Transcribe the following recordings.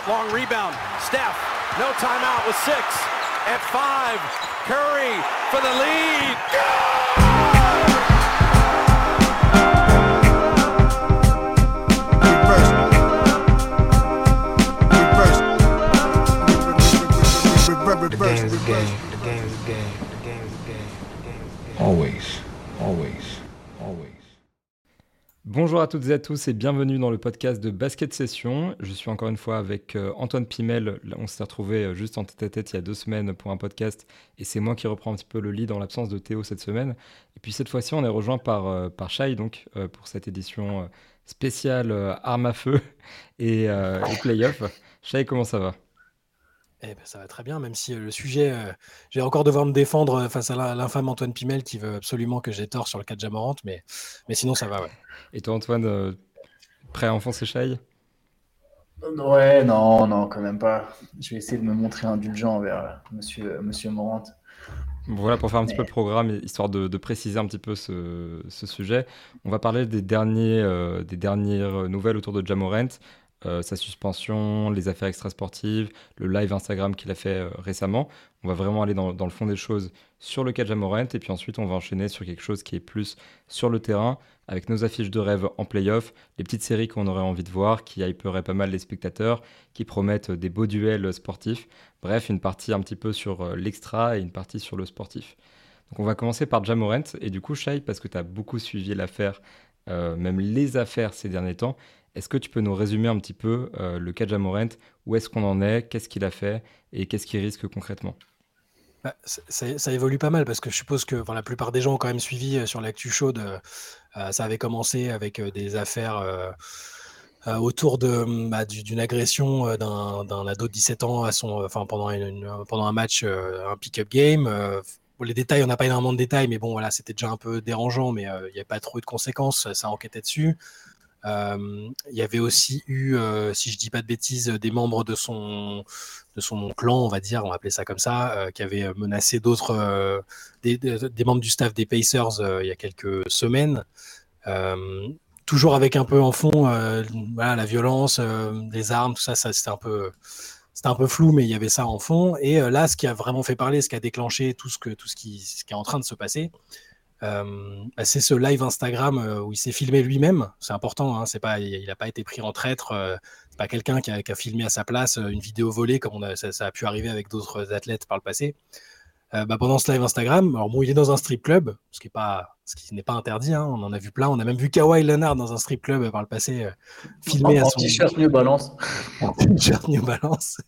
long rebound. Steph, no timeout with 6. At 5, Curry for the lead. The game's a game. The game's a game. The game's a game. The game's a game. Always. Bonjour à toutes et à tous et bienvenue dans le podcast de Basket Session. Je suis encore une fois avec Antoine Pimel. On s'est retrouvé juste en tête-à-tête il y a 2 semaines pour un podcast et c'est moi qui reprends un petit peu le lead en l'absence de Théo cette semaine. Et puis cette fois-ci, on est rejoint par Shai donc, pour cette édition spéciale armes à feu et play-off. Shai, comment ça va ? Eh ben, ça va très bien, même si le sujet, je vais encore devoir me défendre face à l'infâme Antoine Pimel qui veut absolument que j'ai tort sur le cas de Ja Morant, mais sinon ça va, ouais. Et toi Antoine, prêt à enfoncer Shai ? Ouais, non, quand même pas. Je vais essayer de me montrer indulgent envers monsieur Morant. Bon, voilà, pour faire un petit peu le programme, histoire de préciser un petit peu ce sujet, on va parler des dernières nouvelles autour de Ja Morant, sa suspension, les affaires extrasportives, le live Instagram qu'il a fait récemment. On va vraiment aller dans le fond des choses sur le cas de Ja Morant, et puis ensuite on va enchaîner sur quelque chose qui est plus sur le terrain, avec nos affiches de rêve en play-off, les petites séries qu'on aurait envie de voir, qui hyperaient pas mal les spectateurs, qui promettent des beaux duels sportifs. Bref, une partie un petit peu sur l'extra et une partie sur le sportif. Donc on va commencer par Ja Morant, et du coup Shai, parce que tu as beaucoup suivi l'affaire, même les affaires ces derniers temps, est-ce que tu peux nous résumer un petit peu le cas de Ja Morant, où est-ce qu'on en est, qu'est-ce qu'il a fait et qu'est-ce qu'il risque concrètement ? Ça évolue pas mal parce que je suppose que la plupart des gens ont quand même suivi sur l'actu chaude. Ça avait commencé avec des affaires autour d'une agression d'un ado de 17 ans à pendant un match, un pick-up game. Les détails, on n'a pas énormément de détails, mais bon, voilà, c'était déjà un peu dérangeant, mais il n'y avait pas trop eu de conséquences, ça enquêtait dessus. Il y avait aussi eu, si je dis pas de bêtises, des membres de son clan, on va appeler ça comme ça, qui avaient menacé d'autres, des membres du staff des Pacers il y a quelques semaines. Toujours avec un peu en fond la violence, les armes, tout ça c'était un peu flou, mais il y avait ça en fond. Et là, ce qui a vraiment fait parler, ce qui a déclenché tout ce qui est en train de se passer, c'est ce live Instagram où il s'est filmé lui-même. C'est important, hein, il n'a pas été pris en traître. C'est pas quelqu'un qui a filmé à sa place une vidéo volée comme ça a pu arriver avec d'autres athlètes par le passé. Pendant ce live Instagram, alors bon, il est dans un strip club, ce qui n'est pas interdit, hein, on en a vu plein. On a même vu Kawhi Leonard dans un strip club par le passé, filmé à son t-shirt New Balance. T-shirt New Balance.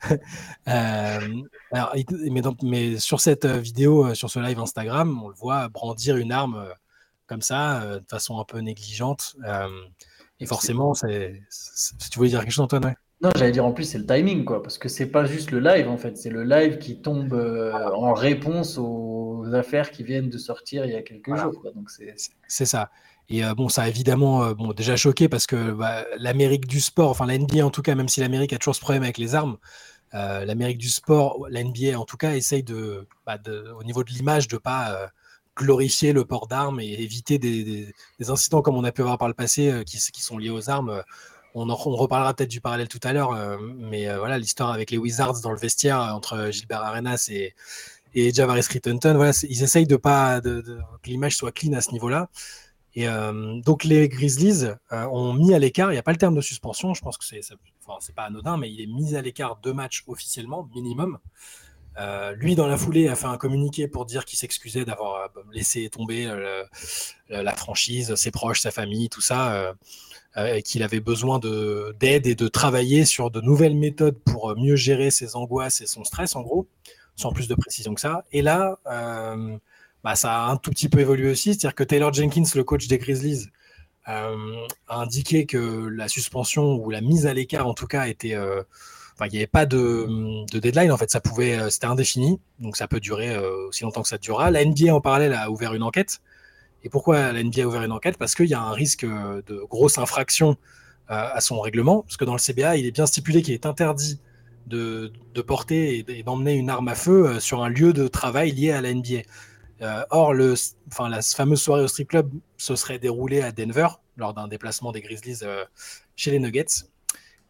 Mais sur cette vidéo, sur ce live Instagram, on le voit brandir une arme comme ça, de façon un peu négligente. Et forcément, si tu voulais dire quelque chose, Antoine, ouais. Non, j'allais dire en plus c'est le timing quoi, parce que c'est pas juste le live en fait, c'est le live qui tombe en réponse aux affaires qui viennent de sortir il y a quelques jours quoi. Donc c'est ça. Et ça a évidemment déjà choqué parce que l'Amérique du sport, enfin la NBA en tout cas, même si l'Amérique a toujours ce problème avec les armes, l'Amérique du sport, la NBA en tout cas essaye au niveau de l'image de pas glorifier le port d'armes et éviter des incidents comme on a pu avoir par le passé qui sont liés aux armes. On reparlera peut-être du parallèle tout à l'heure, mais voilà, l'histoire avec les Wizards dans le vestiaire entre Gilbert Arenas et Javaris Crittenton, voilà, ils essayent que l'image soit clean à ce niveau-là. Et donc les Grizzlies ont mis à l'écart, il n'y a pas le terme de suspension, je pense que c'est pas anodin, mais il est mis à l'écart 2 matchs officiellement, minimum. Lui, dans la foulée, a fait un communiqué pour dire qu'il s'excusait d'avoir laissé tomber la franchise, ses proches, sa famille, tout ça, et qu'il avait besoin d'aide et de travailler sur de nouvelles méthodes pour mieux gérer ses angoisses et son stress, en gros, sans plus de précision que ça. Et là, ça a un tout petit peu évolué aussi, c'est-à-dire que Taylor Jenkins, le coach des Grizzlies, a indiqué que la suspension ou la mise à l'écart, en tout cas, était... il n'y avait pas de deadline, en fait, c'était indéfini, donc ça peut durer aussi longtemps que ça durera. La NBA, en parallèle, a ouvert une enquête. Et pourquoi la NBA a ouvert une enquête ? Parce qu'il y a un risque de grosse infraction à son règlement, parce que dans le CBA, il est bien stipulé qu'il est interdit de porter et d'emmener une arme à feu sur un lieu de travail lié à la NBA. Or, la fameuse soirée au strip club se serait déroulée à Denver, lors d'un déplacement des Grizzlies chez les Nuggets.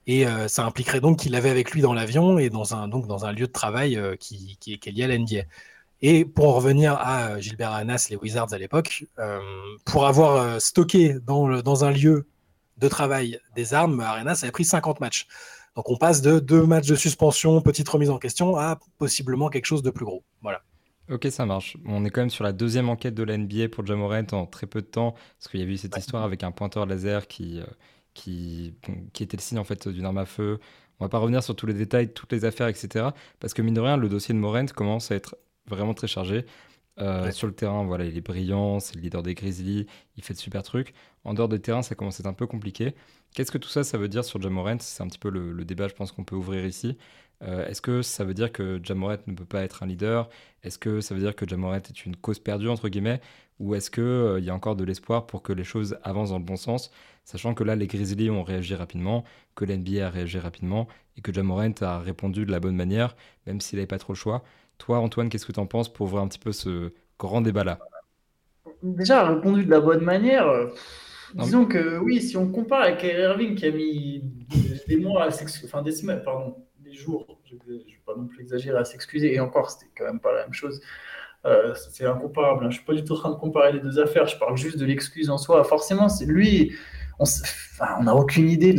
Et ça impliquerait donc qu'il l'avait avec lui dans l'avion et dans un lieu de travail qui est lié à la NBA. Et pour en revenir à Gilbert Arenas, les Wizards à l'époque, pour avoir stocké dans un lieu de travail des armes, Arenas avait pris 50 matchs. Donc on passe de 2 matchs de suspension, petite remise en question, à possiblement quelque chose de plus gros. Voilà. Ok, ça marche. On est quand même sur la deuxième enquête de la NBA pour Ja Morant en très peu de temps, parce qu'il y a eu cette histoire avec un pointeur laser qui était le signe en fait d'une arme à feu. On va pas revenir sur tous les détails, toutes les affaires, etc. Parce que mine de rien, le dossier de Morant commence à être vraiment très chargé. Sur le terrain, voilà, il est brillant, c'est le leader des Grizzlies, il fait de super trucs. En dehors des terrains, ça commence à être un peu compliqué. Qu'est-ce que tout ça, ça veut dire sur Ja Morant? C'est un petit peu le débat, je pense, qu'on peut ouvrir ici. Est-ce que ça veut dire que Ja Morant ne peut pas être un leader? Est-ce que ça veut dire que Ja Morant est une cause perdue, entre guillemets? Ou est-ce qu'il y a encore de l'espoir pour que les choses avancent dans le bon sens? Sachant que là, les Grizzlies ont réagi rapidement, que l'NBA a réagi rapidement, et que Ja Morant a répondu de la bonne manière, même s'il n'avait pas trop le choix. Toi, Antoine, qu'est-ce que tu en penses pour voir un petit peu ce grand débat-là? Déjà, répondu de la bonne manière. Non, Disons que oui, si on compare avec Kyrie Irving qui a mis des mois enfin des semaines, pardon, des jours, je ne vais pas non plus exagérer à s'excuser, et encore, c'était quand même pas la même chose. C'est incomparable, hein. Je ne suis pas du tout en train de comparer les deux affaires, je parle juste de l'excuse en soi. Forcément, c'est lui, on n'a aucune idée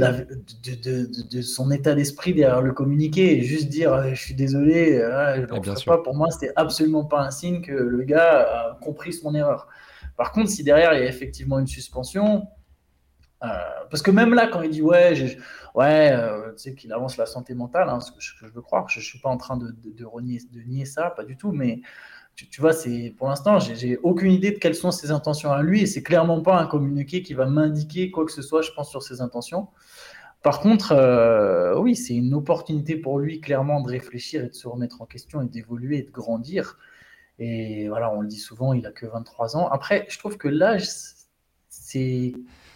de son état d'esprit derrière le communiqué, et juste dire je suis désolé, je ne le bien referai sûr. pas, pour moi, c'était absolument pas un signe que le gars a compris son erreur. Par contre, si derrière il y a effectivement une suspension, parce que même là, quand il dit tu sais qu'il avance la santé mentale, hein, ce que je veux croire, je ne suis pas en train de nier ça, pas du tout, mais tu vois, pour l'instant, j'ai aucune idée de quelles sont ses intentions à lui, et c'est clairement pas un communiqué qui va m'indiquer quoi que ce soit, je pense, sur ses intentions. Par contre, oui, c'est une opportunité pour lui, clairement, de réfléchir et de se remettre en question et d'évoluer et de grandir. Et voilà, on le dit souvent, il a que 23 ans. Après, je trouve que l'âge, c'est.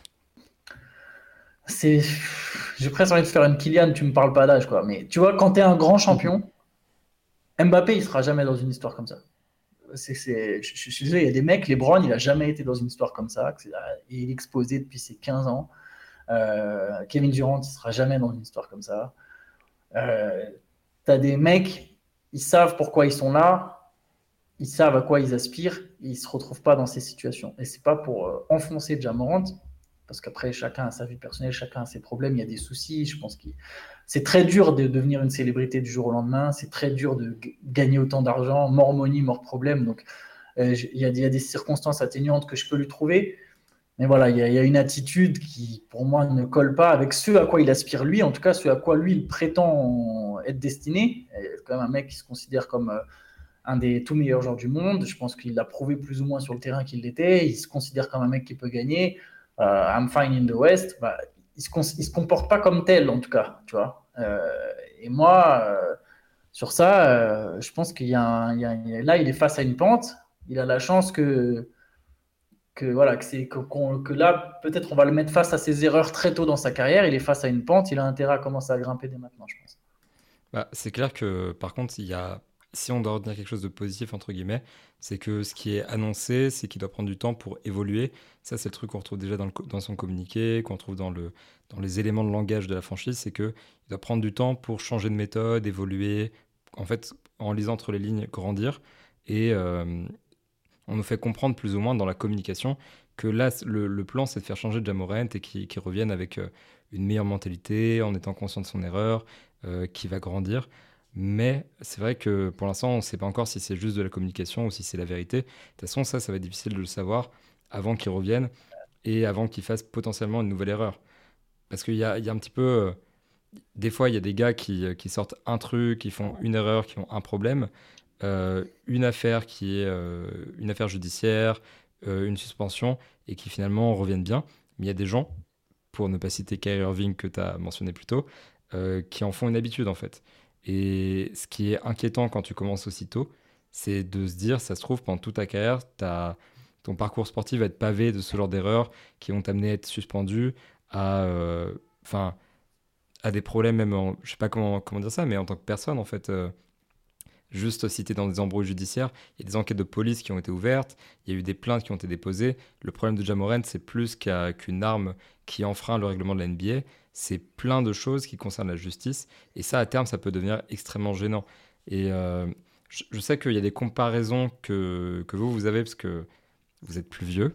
J'ai presque envie de faire une Kylian, tu me parles pas d'âge, quoi. Mais tu vois, quand tu es un grand champion, Mbappé, il sera jamais dans une histoire comme ça. Je suis désolé, il y a des mecs, LeBron, il a jamais été dans une histoire comme ça. Il est exposé depuis ses 15 ans. Kevin Durant, il sera jamais dans une histoire comme ça. T'as des mecs, ils savent pourquoi ils sont là, ils savent à quoi ils aspirent, et ils se retrouvent pas dans ces situations. Et c'est pas pour enfoncer Ja Morant, parce qu'après chacun a sa vie personnelle, chacun a ses problèmes, il y a des soucis. Je pense que c'est très dur de devenir une célébrité du jour au lendemain, c'est très dur de gagner autant d'argent, mort money, mort problème. Donc il y a des circonstances atténuantes que je peux lui trouver. Mais voilà, il y a une attitude qui, pour moi, ne colle pas avec ce à quoi il aspire lui, en tout cas ce à quoi lui il prétend être destiné. C'est quand même un mec qui se considère comme un des tout meilleurs joueurs du monde. Je pense qu'il l'a prouvé plus ou moins sur le terrain qu'il l'était. Il se considère comme un mec qui peut gagner. I'm fine in the West. Bah, il se comporte pas comme tel, en tout cas, tu vois. Et moi, sur ça, je pense là, il est face à une pente. Il a la chance que là, peut-être on va le mettre face à ses erreurs très tôt dans sa carrière. Il est face à une pente. Il a intérêt à commencer à grimper dès maintenant, je pense. Bah, c'est clair que par contre, si on doit retenir quelque chose de positif, entre guillemets, c'est que ce qui est annoncé, c'est qu'il doit prendre du temps pour évoluer. Ça, c'est le truc qu'on retrouve déjà dans son communiqué, qu'on trouve dans les éléments de langage de la franchise, c'est qu'il doit prendre du temps pour changer de méthode, évoluer, en fait, en lisant entre les lignes, grandir. Et on nous fait comprendre plus ou moins dans la communication que là, le plan, c'est de faire changer Ja Morant et qu'il revienne avec une meilleure mentalité, en étant conscient de son erreur, qui va grandir. Mais c'est vrai que pour l'instant, on ne sait pas encore si c'est juste de la communication ou si c'est la vérité. De toute façon, ça va être difficile de le savoir avant qu'il revienne et avant qu'il fasse potentiellement une nouvelle erreur. Parce qu'il y a un petit peu... des fois, il y a des gars qui sortent un truc, qui font une erreur, qui ont un problème. Une affaire qui est une affaire judiciaire, une suspension, et qui finalement reviennent bien. Mais il y a des gens, pour ne pas citer Kyrie Irving que tu as mentionné plus tôt, qui en font une habitude en fait. Et ce qui est inquiétant quand tu commences aussitôt, c'est de se dire, ça se trouve, pendant toute ta carrière, ton parcours sportif va être pavé de ce genre d'erreurs qui vont t'amener à être suspendu, enfin, à des problèmes même, je sais pas comment dire ça, mais en tant que personne en fait. Juste si tu es dans des embrouilles judiciaires, il y a des enquêtes de police qui ont été ouvertes, il y a eu des plaintes qui ont été déposées. Le problème de Ja Morant, c'est plus qu'une arme qui enfreint le règlement de la NBA, c'est plein de choses qui concernent la justice. Et ça, à terme, ça peut devenir extrêmement gênant. Et je sais qu'il y a des comparaisons que vous avez, parce que vous êtes plus vieux.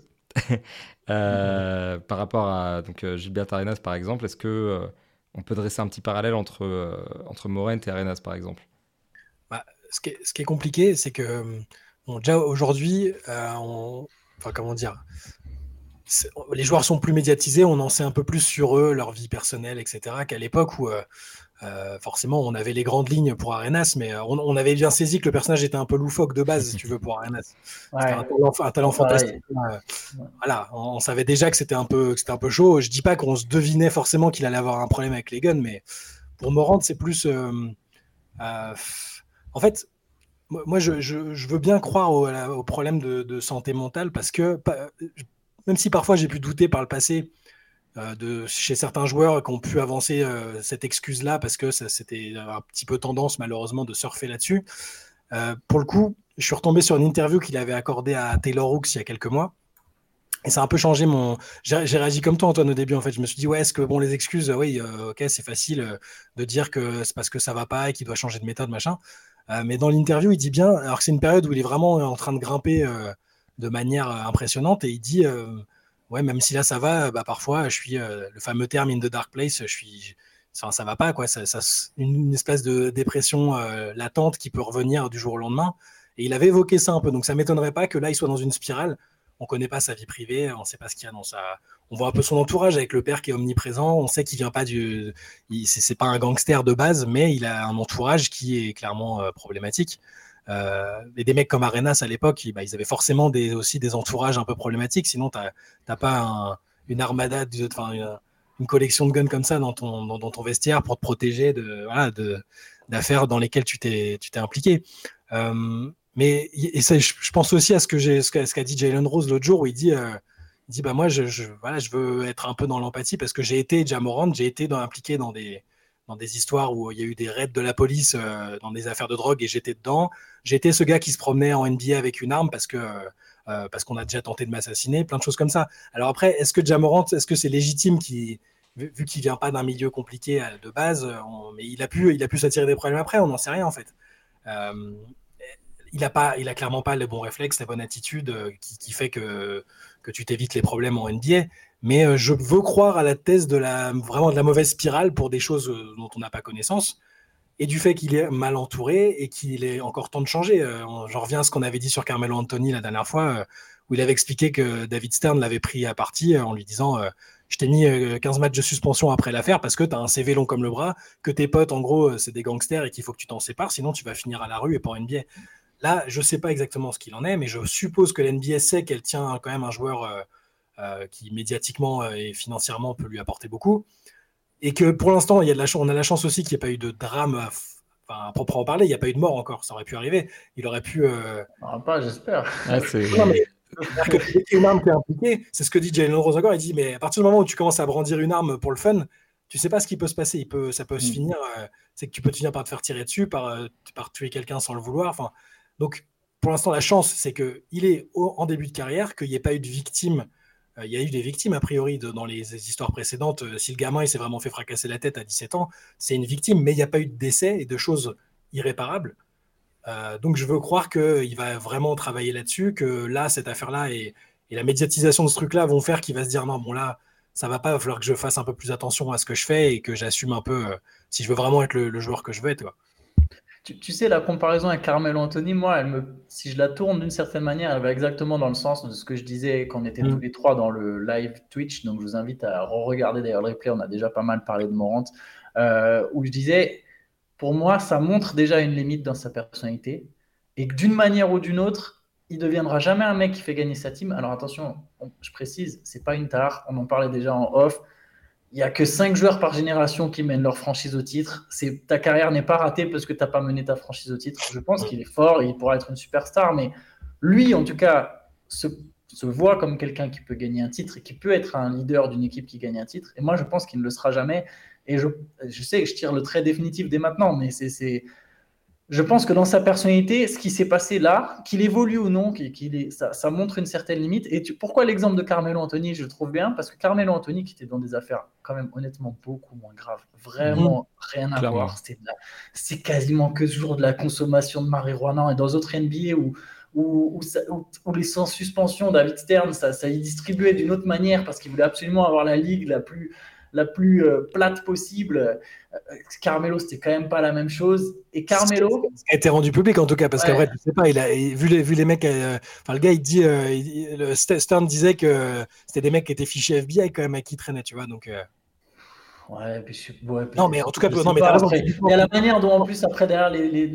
Par rapport à donc, Gilbert Arenas, par exemple, est-ce que on peut dresser un petit parallèle entre Morent et Arenas, par exemple? Bah, ce qui est compliqué, c'est que bon, déjà aujourd'hui, enfin comment dire, les joueurs sont plus médiatisés, on en sait un peu plus sur eux, leur vie personnelle, etc., qu'à l'époque où forcément on avait les grandes lignes pour Arenas, mais on avait bien saisi que le personnage était un peu loufoque de base, si tu veux, pour Arenas. C'était un talent fantastique. Voilà, on savait déjà que c'était un peu chaud. Je dis pas qu'on se devinait forcément qu'il allait avoir un problème avec les guns, mais pour Morant, c'est plus. En fait, moi, je veux bien croire au problème de santé mentale parce que, même si parfois j'ai pu douter par le passé chez certains joueurs qui ont pu avancer cette excuse-là parce que c'était un petit peu tendance, malheureusement, de surfer là-dessus. Pour le coup, je suis retombé sur une interview qu'il avait accordée à Taylor Hooks il y a quelques mois. Et ça a un peu changé J'ai réagi comme toi, Antoine, au début. En fait, je me suis dit, ouais, est-ce que bon, les excuses, oui, ok, c'est facile de dire que c'est parce que ça va pas et qu'il doit changer de méthode, machin. Mais dans l'interview, il dit bien, alors que c'est une période où il est vraiment en train de grimper de manière impressionnante, et il dit, ouais, même si là ça va, bah, parfois, je suis le fameux terme in the dark place, ça va pas, quoi. Une espèce de dépression latente qui peut revenir du jour au lendemain. Et il avait évoqué ça un peu, donc ça m'étonnerait pas que là, il soit dans une spirale. On connaît pas sa vie privée, on sait pas ce qu'il y a dans sa. On voit un peu son entourage avec le père qui est omniprésent. On sait qu'il vient pas c'est pas un gangster de base, mais il a un entourage qui est clairement problématique. Et des mecs comme Arenas à l'époque, ils avaient forcément aussi des entourages un peu problématiques. Sinon, t'as pas une armada, une collection de guns comme ça dans ton vestiaire pour te protéger d'affaires dans lesquelles tu t'es impliqué. Mais et ça, je pense aussi à ce qu'a dit Jalen Rose l'autre jour, où il dit bah moi je veux être un peu dans l'empathie parce que j'ai été Ja Morant, j'ai été impliqué dans des histoires où il y a eu des raids de la police dans des affaires de drogue et j'étais dedans. J'étais ce gars qui se promenait en NBA avec une arme parce qu'on a déjà tenté de m'assassiner, plein de choses comme ça. Alors après, est-ce que Ja Morant, est-ce que c'est légitime vu qu'il vient pas d'un milieu compliqué de base, mais il a pu s'attirer des problèmes après, on n'en sait rien en fait. Il a clairement pas les bons réflexes, la bonne attitude qui fait que tu t'évites les problèmes en NBA. Mais je veux croire à la thèse vraiment de la mauvaise spirale pour des choses dont on n'a pas connaissance et du fait qu'il est mal entouré et qu'il est encore temps de changer. J'en reviens à ce qu'on avait dit sur Carmelo Anthony la dernière fois, où il avait expliqué que David Stern l'avait pris à partie en lui disant je t'ai mis 15 matchs de suspension après l'affaire parce que tu as un CV long comme le bras, que tes potes, en gros, c'est des gangsters et qu'il faut que tu t'en sépares, sinon tu vas finir à la rue et pas en NBA. Là, je ne sais pas exactement ce qu'il en est, mais je suppose que l'NBA sait qu'elle tient quand même un joueur qui médiatiquement et financièrement peut lui apporter beaucoup. Et que pour l'instant, on a la chance aussi qu'il n'y ait pas eu de drame, à proprement parler, il n'y a pas eu de mort encore, ça aurait pu arriver. Il aurait pu. Pas, j'espère. Non, mais une arme qui est impliquée, c'est ce que dit Jalen Rose encore. Il dit, mais à partir du moment où tu commences à brandir une arme pour le fun, tu sais pas ce qui peut se passer. Ça peut se finir, c'est que tu peux te finir par te faire tirer dessus, par tuer quelqu'un sans le vouloir. Enfin, donc, pour l'instant, la chance, c'est qu'il est en début de carrière, qu'il n'y ait pas eu de victimes. Il y a eu des victimes, a priori, dans les histoires précédentes. Si le gamin il s'est vraiment fait fracasser la tête à 17 ans, c'est une victime, mais il n'y a pas eu de décès et de choses irréparables. Donc, je veux croire qu'il va vraiment travailler là-dessus, que là, cette affaire-là et la médiatisation de ce truc-là vont faire qu'il va se dire non, bon, là, ça va pas, il va falloir que je fasse un peu plus attention à ce que je fais et que j'assume un peu si je veux vraiment être le joueur que je veux être. Quoi. Tu sais, la comparaison avec Carmelo Anthony, moi, si je la tourne d'une certaine manière, elle va exactement dans le sens de ce que je disais quand on était tous les trois dans le live Twitch. Donc, je vous invite à re-regarder d'ailleurs le replay. On a déjà pas mal parlé de Morant. Où je disais, pour moi, ça montre déjà une limite dans sa personnalité. Et que d'une manière ou d'une autre, il ne deviendra jamais un mec qui fait gagner sa team. Alors attention, je précise, c'est pas une tare. On en parlait déjà en off. Il n'y a que 5 joueurs par génération qui mènent leur franchise au titre. Ta carrière n'est pas ratée parce que tu n'as pas mené ta franchise au titre. Je pense qu'il est fort, il pourra être une superstar, mais lui, en tout cas, se voit comme quelqu'un qui peut gagner un titre et qui peut être un leader d'une équipe qui gagne un titre. Et moi, je pense qu'il ne le sera jamais. Et je sais que je tire le trait définitif dès maintenant, mais Je pense que dans sa personnalité, ce qui s'est passé là, qu'il évolue ou non, ça montre une certaine limite. Et pourquoi l'exemple de Carmelo Anthony, je le trouve bien? Parce que Carmelo Anthony, qui était dans des affaires quand même honnêtement beaucoup moins graves, vraiment rien à Clairement. voir. C'est quasiment que toujours de la consommation de marijuana. Et dans d'autres NBA où les sans suspension, David Stern, ça y distribuait d'une autre manière parce qu'il voulait absolument avoir la ligue la plus plate possible. Carmelo, c'était quand même pas la même chose. Et Carmelo, Ça a été rendu public en tout cas, parce Ouais. qu'en vrai, je sais pas, vu les mecs, enfin le gars, il dit, Stern disait que c'était des mecs qui étaient fichés FBI quand même à qui il traînait, tu vois, donc. ouais, ouais, Non, mais en tout cas, je non, sais mais pas, t'as raison. après, il y a la manière dont, en plus, après, derrière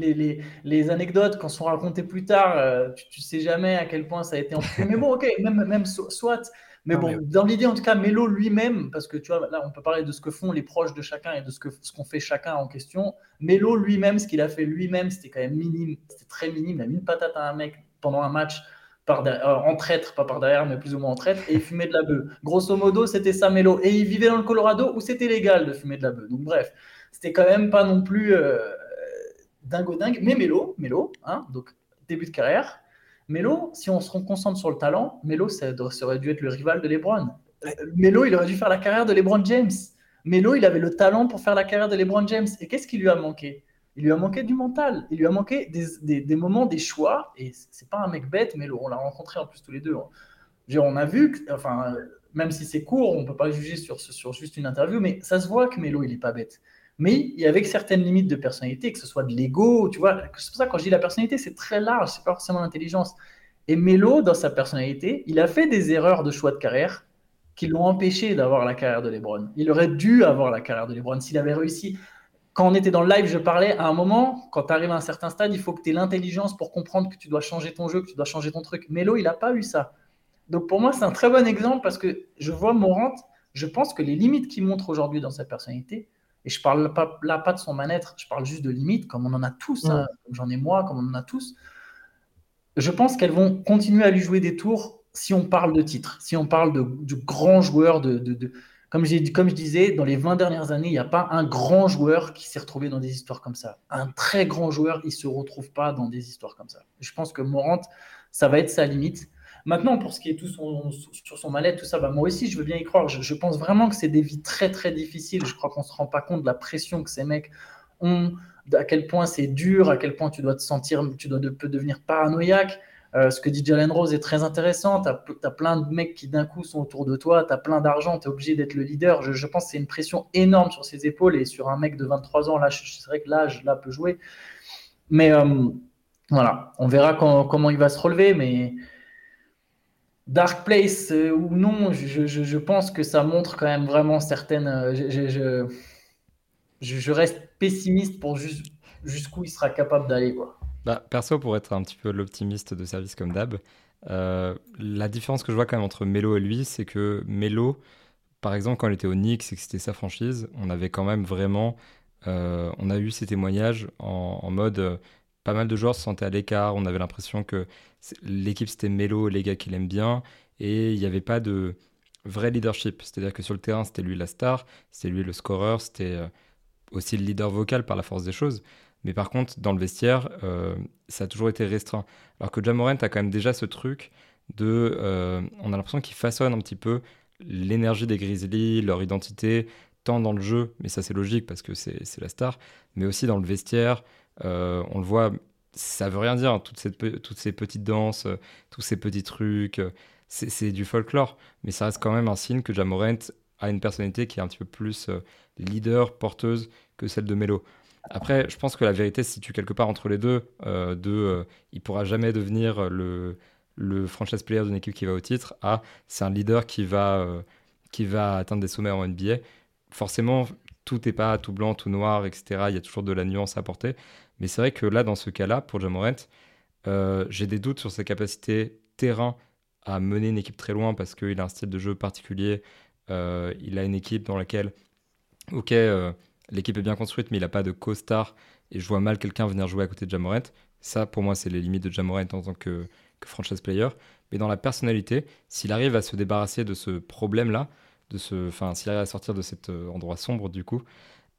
les anecdotes, quand sont racontées plus tard, tu sais jamais à quel point ça a été amplifié. Mais bon, ok, même soit. Mais Non, bon, mais- dans l'idée, en tout cas, Melo lui-même, parce que tu vois, là, on peut parler de ce que font les proches de chacun et de ce qu'on fait chacun en question. Melo lui-même, ce qu'il a fait lui-même, c'était quand même minime. C'était très minime. Il a mis une patate à un mec pendant un match. En traître, pas par derrière, mais plus ou moins en traître, et il fumait de la bœuf. Grosso modo, c'était ça Melo. Et il vivait dans le Colorado où c'était légal de fumer de la bœuf. Donc bref, c'était quand même pas non plus dingo dingue. Mais Melo, hein, donc début de carrière. Melo, si on se concentre sur le talent, Melo, ça aurait dû être le rival de LeBron. Melo, il aurait dû faire la carrière de LeBron James. Melo, il avait le talent pour faire la carrière de LeBron James. Et qu'est-ce qui lui a manqué? Il lui a manqué du mental. Il lui a manqué des moments, des choix. Et c'est pas un mec bête, Melo. On l'a rencontré en plus tous les deux. On a vu, enfin, même si c'est court, on peut pas juger sur juste une interview, mais ça se voit que Melo, il est pas bête. Mais il y avait certaines limites de personnalité, que ce soit de l'ego, tu vois. C'est pour ça que quand je dis la personnalité, c'est très large, c'est pas forcément l'intelligence. Et Melo, dans sa personnalité, il a fait des erreurs de choix de carrière qui l'ont empêché d'avoir la carrière de LeBron. Il aurait dû avoir la carrière de LeBron s'il avait réussi. Quand on était dans le live, je parlais à un moment, quand tu arrives à un certain stade, il faut que tu aies l'intelligence pour comprendre que tu dois changer ton jeu, que tu dois changer ton truc. Melo, il n'a pas eu ça. Donc pour moi, c'est un très bon exemple parce que je vois Morant, je pense que les limites qu'il montre aujourd'hui dans sa personnalité, et je parle pas de son mal-être, je parle juste de limites, comme on en a tous, hein, comme j'en ai moi, comme on en a tous. Je pense qu'elles vont continuer à lui jouer des tours si on parle de titre, si on parle du grand joueur comme je disais, dans les 20 dernières années, il n'y a pas un grand joueur qui s'est retrouvé dans des histoires comme ça. Un très grand joueur, il ne se retrouve pas dans des histoires comme ça. Je pense que Morant, ça va être sa limite. Maintenant, pour ce qui est sur son mal-être, tout ça, bah, moi aussi, je veux bien y croire. Je pense vraiment que c'est des vies très, très difficiles. Je crois qu'on ne se rend pas compte de la pression que ces mecs ont, à quel point c'est dur, à quel point tu dois te sentir, peux devenir paranoïaque. Ce que dit Jalen Rose est très intéressant. Tu as plein de mecs qui d'un coup sont autour de toi, tu as plein d'argent, tu es obligé d'être le leader. Je pense que c'est une pression énorme sur ses épaules et sur un mec de 23 ans. Là, c'est vrai que l'âge là peut jouer. Mais voilà, on verra comment il va se relever. Mais Dark Place ou non, je pense que ça montre quand même vraiment certaines. Je reste pessimiste pour jusqu'où il sera capable d'aller, quoi. Bah, perso, pour être un petit peu l'optimiste de service comme d'hab, la différence que je vois quand même entre Melo et lui, c'est que Melo, par exemple, quand il était au Knicks et que c'était sa franchise, on avait quand même vraiment, on a eu ces témoignages en mode, pas mal de joueurs se sentaient à l'écart, on avait l'impression que l'équipe c'était Melo, les gars qu'il aime bien, et il n'y avait pas de vrai leadership. C'est-à-dire que sur le terrain, c'était lui la star, c'était lui le scoreur, c'était aussi le leader vocal par la force des choses. Mais par contre, dans le vestiaire, ça a toujours été restreint. Alors que Ja Morant a quand même déjà ce truc de... on a l'impression qu'il façonne un petit peu l'énergie des Grizzlies, leur identité, tant dans le jeu, mais ça c'est logique parce que c'est la star, mais aussi dans le vestiaire. On le voit, ça veut rien dire, hein, toutes ces petites danses, tous ces petits trucs, c'est du folklore, mais ça reste quand même un signe que Ja Morant a une personnalité qui est un petit peu plus leader, porteuse que celle de Melo. Après, je pense que la vérité se situe quelque part entre les deux. Il pourra jamais devenir le franchise player d'une équipe qui va au titre. C'est un leader qui va atteindre des sommets en NBA. Forcément, tout n'est pas tout blanc, tout noir, etc. Il y a toujours de la nuance à apporter. Mais c'est vrai que là, dans ce cas-là, pour Ja Morant, j'ai des doutes sur ses capacités terrain à mener une équipe très loin parce qu'il a un style de jeu particulier. Il a une équipe dans laquelle, ok, l'équipe est bien construite, mais il n'a pas de co-star. Et je vois mal quelqu'un venir jouer à côté de Ja Morant. Ça, pour moi, c'est les limites de Ja Morant en tant que franchise player. Mais dans la personnalité, s'il arrive à se débarrasser de ce problème-là, s'il arrive à sortir de cet endroit sombre, du coup,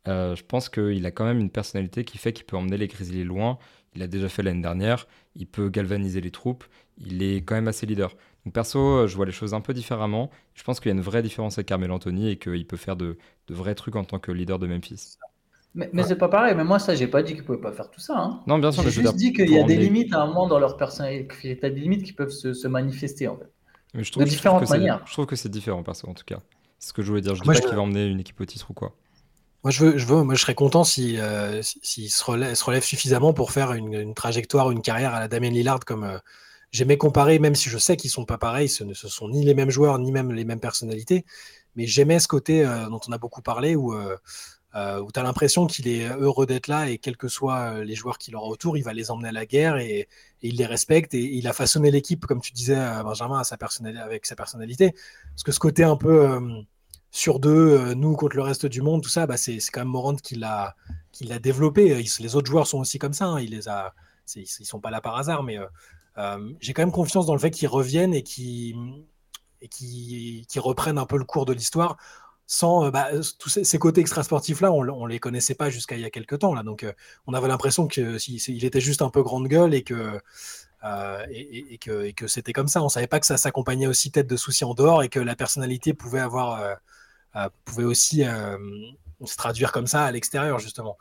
Je pense qu'il a quand même une personnalité qui fait qu'il peut emmener les Grizzlies loin. Il l'a déjà fait l'année dernière. Il peut galvaniser les troupes. Il est quand même assez leader. Donc perso, je vois les choses un peu différemment. Je pense qu'il y a une vraie différence avec Carmelo Anthony et qu'il peut faire de vrais trucs en tant que leader de Memphis. Mais c'est pas pareil. Mais moi, ça, j'ai pas dit qu'ils pouvaient pas faire tout ça. Hein. Non, bien sûr, J'ai mais je veux juste dire, dit qu'il y pour a des emmener. limites à un moment dans leur personnalité. Qu'il y a des limites qui peuvent se manifester, en fait. Mais De je trouve que différentes manières. je trouve que c'est différent, perso, en tout cas. C'est ce que je voulais dire. Je dis Moi, pas je, qu'il va emmener une équipe au titre ou quoi. moi, je serais content s'il se relève suffisamment pour faire une trajectoire, une carrière à la Damian Lillard comme j'aimais comparer, même si je sais qu'ils sont pas pareils, ce sont ni les mêmes joueurs, ni même les mêmes personnalités, mais j'aimais ce côté dont on a beaucoup parlé où tu as l'impression qu'il est heureux d'être là et quels que soient les joueurs qu'il aura autour, il va les emmener à la guerre et il les respecte et il a façonné l'équipe, comme tu disais, Benjamin, avec sa personnalité. Parce que ce côté un peu sur deux, nous contre le reste du monde, tout ça, c'est quand même Morant qui l'a développé. Les autres joueurs sont aussi comme ça, hein, ils sont pas là par hasard, mais j'ai quand même confiance dans le fait qu'ils reviennent et qu'ils reprennent un peu le cours de l'histoire sans tous ces côtés extrasportifs-là, on les connaissait pas jusqu'à il y a quelques temps. Là, donc, on avait l'impression qu'il était juste un peu grande gueule et que c'était comme ça. On savait pas que ça s'accompagnait aussi peut-être de soucis en dehors et que la personnalité pouvait aussi se traduire comme ça à l'extérieur, justement.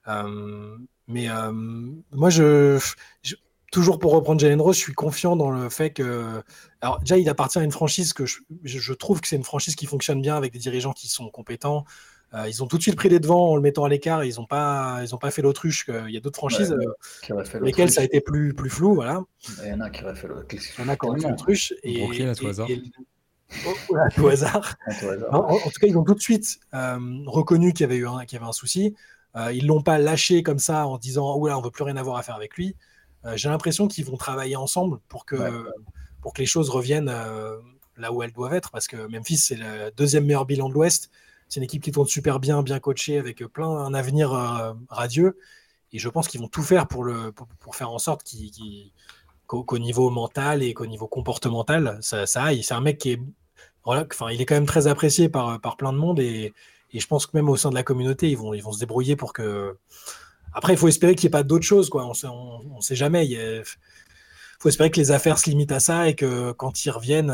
Mais moi, toujours pour reprendre Jalen Rose, je suis confiant dans le fait que. Alors, déjà, il appartient à une franchise que je trouve que c'est une franchise qui fonctionne bien avec des dirigeants qui sont compétents. Ils ont tout de suite pris les devants en le mettant à l'écart. Ils n'ont pas fait l'autruche. Il y a d'autres franchises pour lesquelles ça a été plus flou. Voilà. Il y en a qui auraient fait l'autruche. Il y en a qui ont fait l'autruche. Brooklyn, à tout hasard. À tout hasard. En tout cas, ils ont tout de suite reconnu qu'il y avait un souci. Ils l'ont pas lâché comme ça en disant oh là, on veut plus rien avoir à faire avec lui. J'ai l'impression qu'ils vont travailler ensemble pour que les choses reviennent là où elles doivent être, parce que Memphis, c'est le deuxième meilleur bilan de l'Ouest. C'est une équipe qui tourne super bien coachée, avec un avenir radieux. Et je pense qu'ils vont tout faire pour faire en sorte qu'au niveau mental et qu'au niveau comportemental, ça aille. C'est un mec qui est, il est quand même très apprécié par plein de monde et je pense que même au sein de la communauté, ils vont se débrouiller pour que. Après, il faut espérer qu'il n'y ait pas d'autres choses, quoi. On sait jamais. Il faut espérer que les affaires se limitent à ça et que quand ils reviennent,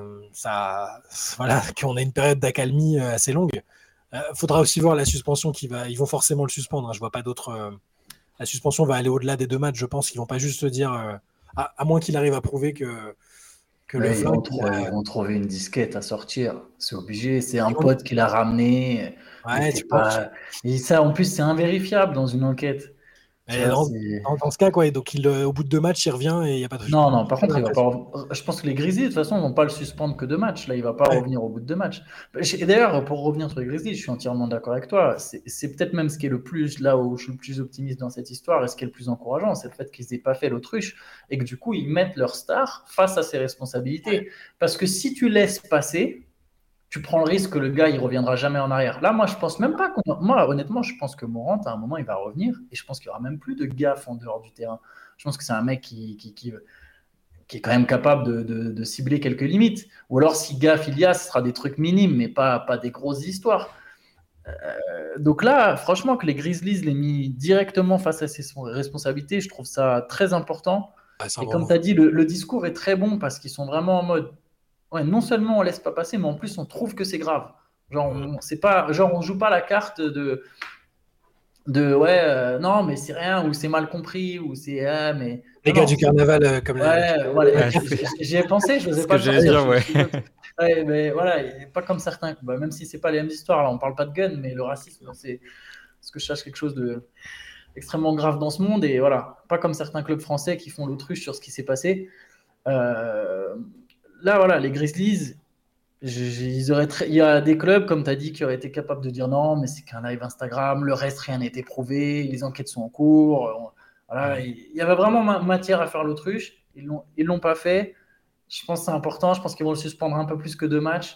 qu'on ait une période d'accalmie assez longue. Faudra aussi voir la suspension ils vont forcément le suspendre. Hein. Je vois pas d'autres. La suspension va aller au-delà des 2 matchs. Je pense qu'ils vont pas juste se dire, à moins qu'il arrive à prouver que le ils vont trouver une disquette à sortir. C'est obligé. C'est un pote qui l'a ramené. Ouais, tu penses. Et ça, en plus, c'est invérifiable dans une enquête. Dans ce cas, quoi. Donc, au bout de 2 matchs, il revient et il n'y a pas de. Non, par contre, il va pas. Je pense que les Grizzlies, de toute façon, ne vont pas le suspendre que 2 matchs. Là, il ne va pas revenir au bout de 2 matchs. Et d'ailleurs, pour revenir sur les Grizzlies, je suis entièrement d'accord avec toi. C'est peut-être même ce qui est le plus, là où je suis le plus optimiste dans cette histoire et ce qui est le plus encourageant, c'est le fait qu'ils n'aient pas fait l'autruche et que du coup, ils mettent leur star face à ses responsabilités. Parce que si tu laisses passer, tu prends le risque que le gars, il reviendra jamais en arrière. Là, moi, je pense même pas moi, honnêtement, je pense que Morant, à un moment, il va revenir et je pense qu'il y aura même plus de gaffe en dehors du terrain. Je pense que c'est un mec qui est quand même capable de cibler quelques limites. Ou alors, si gaffe il y a, ce sera des trucs minimes, mais pas des grosses histoires. Donc là, franchement, que les Grizzlies l'aient mis directement face à ses responsabilités, je trouve ça très important. Et comme tu as dit, le discours est très bon parce qu'ils sont vraiment en mode non seulement on laisse pas passer, mais en plus on trouve que c'est grave. Genre, on joue pas la carte de non, mais c'est rien, ou c'est mal compris, ou c'est mais. Les gars du carnaval, comme j'y ai pensé, je n'osais pas le dire. Mais voilà, pas comme certains. Même si c'est pas les mêmes histoires, là, on parle pas de gun, mais le racisme, c'est parce que je cherche quelque chose de extrêmement grave dans ce monde, et voilà, pas comme certains clubs français qui font l'autruche sur ce qui s'est passé. Là, voilà, les Grizzlies, il y a des clubs, comme tu as dit, qui auraient été capables de dire non, mais c'est qu'un live Instagram, le reste, rien n'a été prouvé, les enquêtes sont en cours. Voilà, il y avait vraiment matière à faire l'autruche. Ils l'ont pas fait. Je pense que c'est important. Je pense qu'ils vont le suspendre un peu plus que 2 matchs.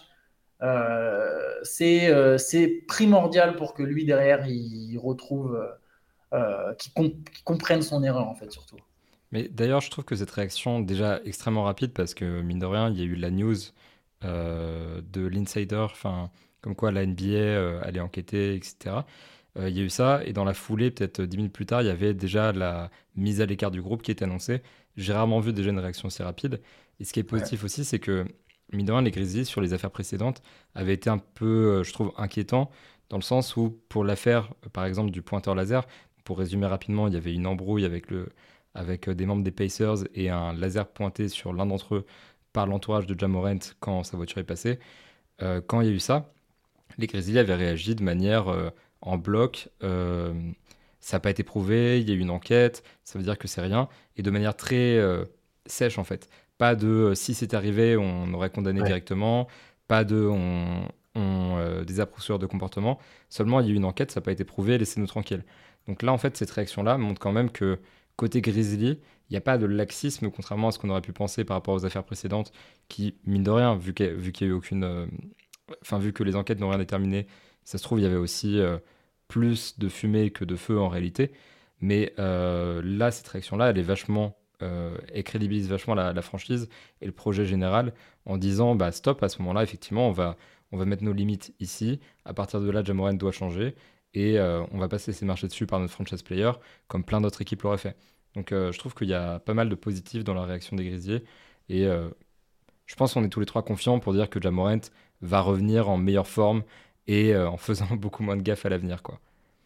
C'est primordial pour que lui, derrière, il retrouve, qu'il comprenne son erreur, en fait, surtout. Mais d'ailleurs, je trouve que cette réaction, déjà extrêmement rapide, parce que mine de rien, il y a eu la news de l'insider, comme quoi la NBA allait enquêter, etc. Il y a eu ça, et dans la foulée, peut-être 10 minutes plus tard, il y avait déjà la mise à l'écart du groupe qui était annoncée. J'ai rarement vu déjà une réaction aussi rapide. Et ce qui est positif aussi, c'est que, mine de rien, les Grizzlies, sur les affaires précédentes, avaient été un peu, je trouve, inquiétants, dans le sens où, pour l'affaire, par exemple, du pointeur laser, pour résumer rapidement, il y avait une embrouille avec des membres des Pacers et un laser pointé sur l'un d'entre eux par l'entourage de Ja Morant quand sa voiture est passée. Quand il y a eu ça, les Grizzlies avaient réagi de manière en bloc. Ça n'a pas été prouvé, il y a eu une enquête, ça veut dire que c'est rien, et de manière très sèche en fait. Pas de si c'était arrivé, on aurait condamné directement, pas de désapprouve ce genre de comportement. Seulement, il y a eu une enquête, ça n'a pas été prouvé, laissez-nous tranquilles. Donc là, en fait, cette réaction-là montre quand même que côté Grizzly, il n'y a pas de laxisme, contrairement à ce qu'on aurait pu penser par rapport aux affaires précédentes, qui, mine de rien, vu qu'il y a eu aucune. Enfin, vu que les enquêtes n'ont rien déterminé, ça se trouve, il y avait aussi plus de fumée que de feu en réalité. Mais là, cette réaction-là, elle est vachement. Elle crédibilise vachement la franchise et le projet général en disant bah stop, à ce moment-là, effectivement, on va mettre nos limites ici. À partir de là, Ja Morant doit changer et on va pas se laisser marcher dessus par notre franchise player comme plein d'autres équipes l'auraient fait. Donc je trouve qu'il y a pas mal de positifs dans la réaction des Grizzlies et je pense qu'on est tous les trois confiants pour dire que Ja Morant va revenir en meilleure forme et en faisant beaucoup moins de gaffe à l'avenir, quoi.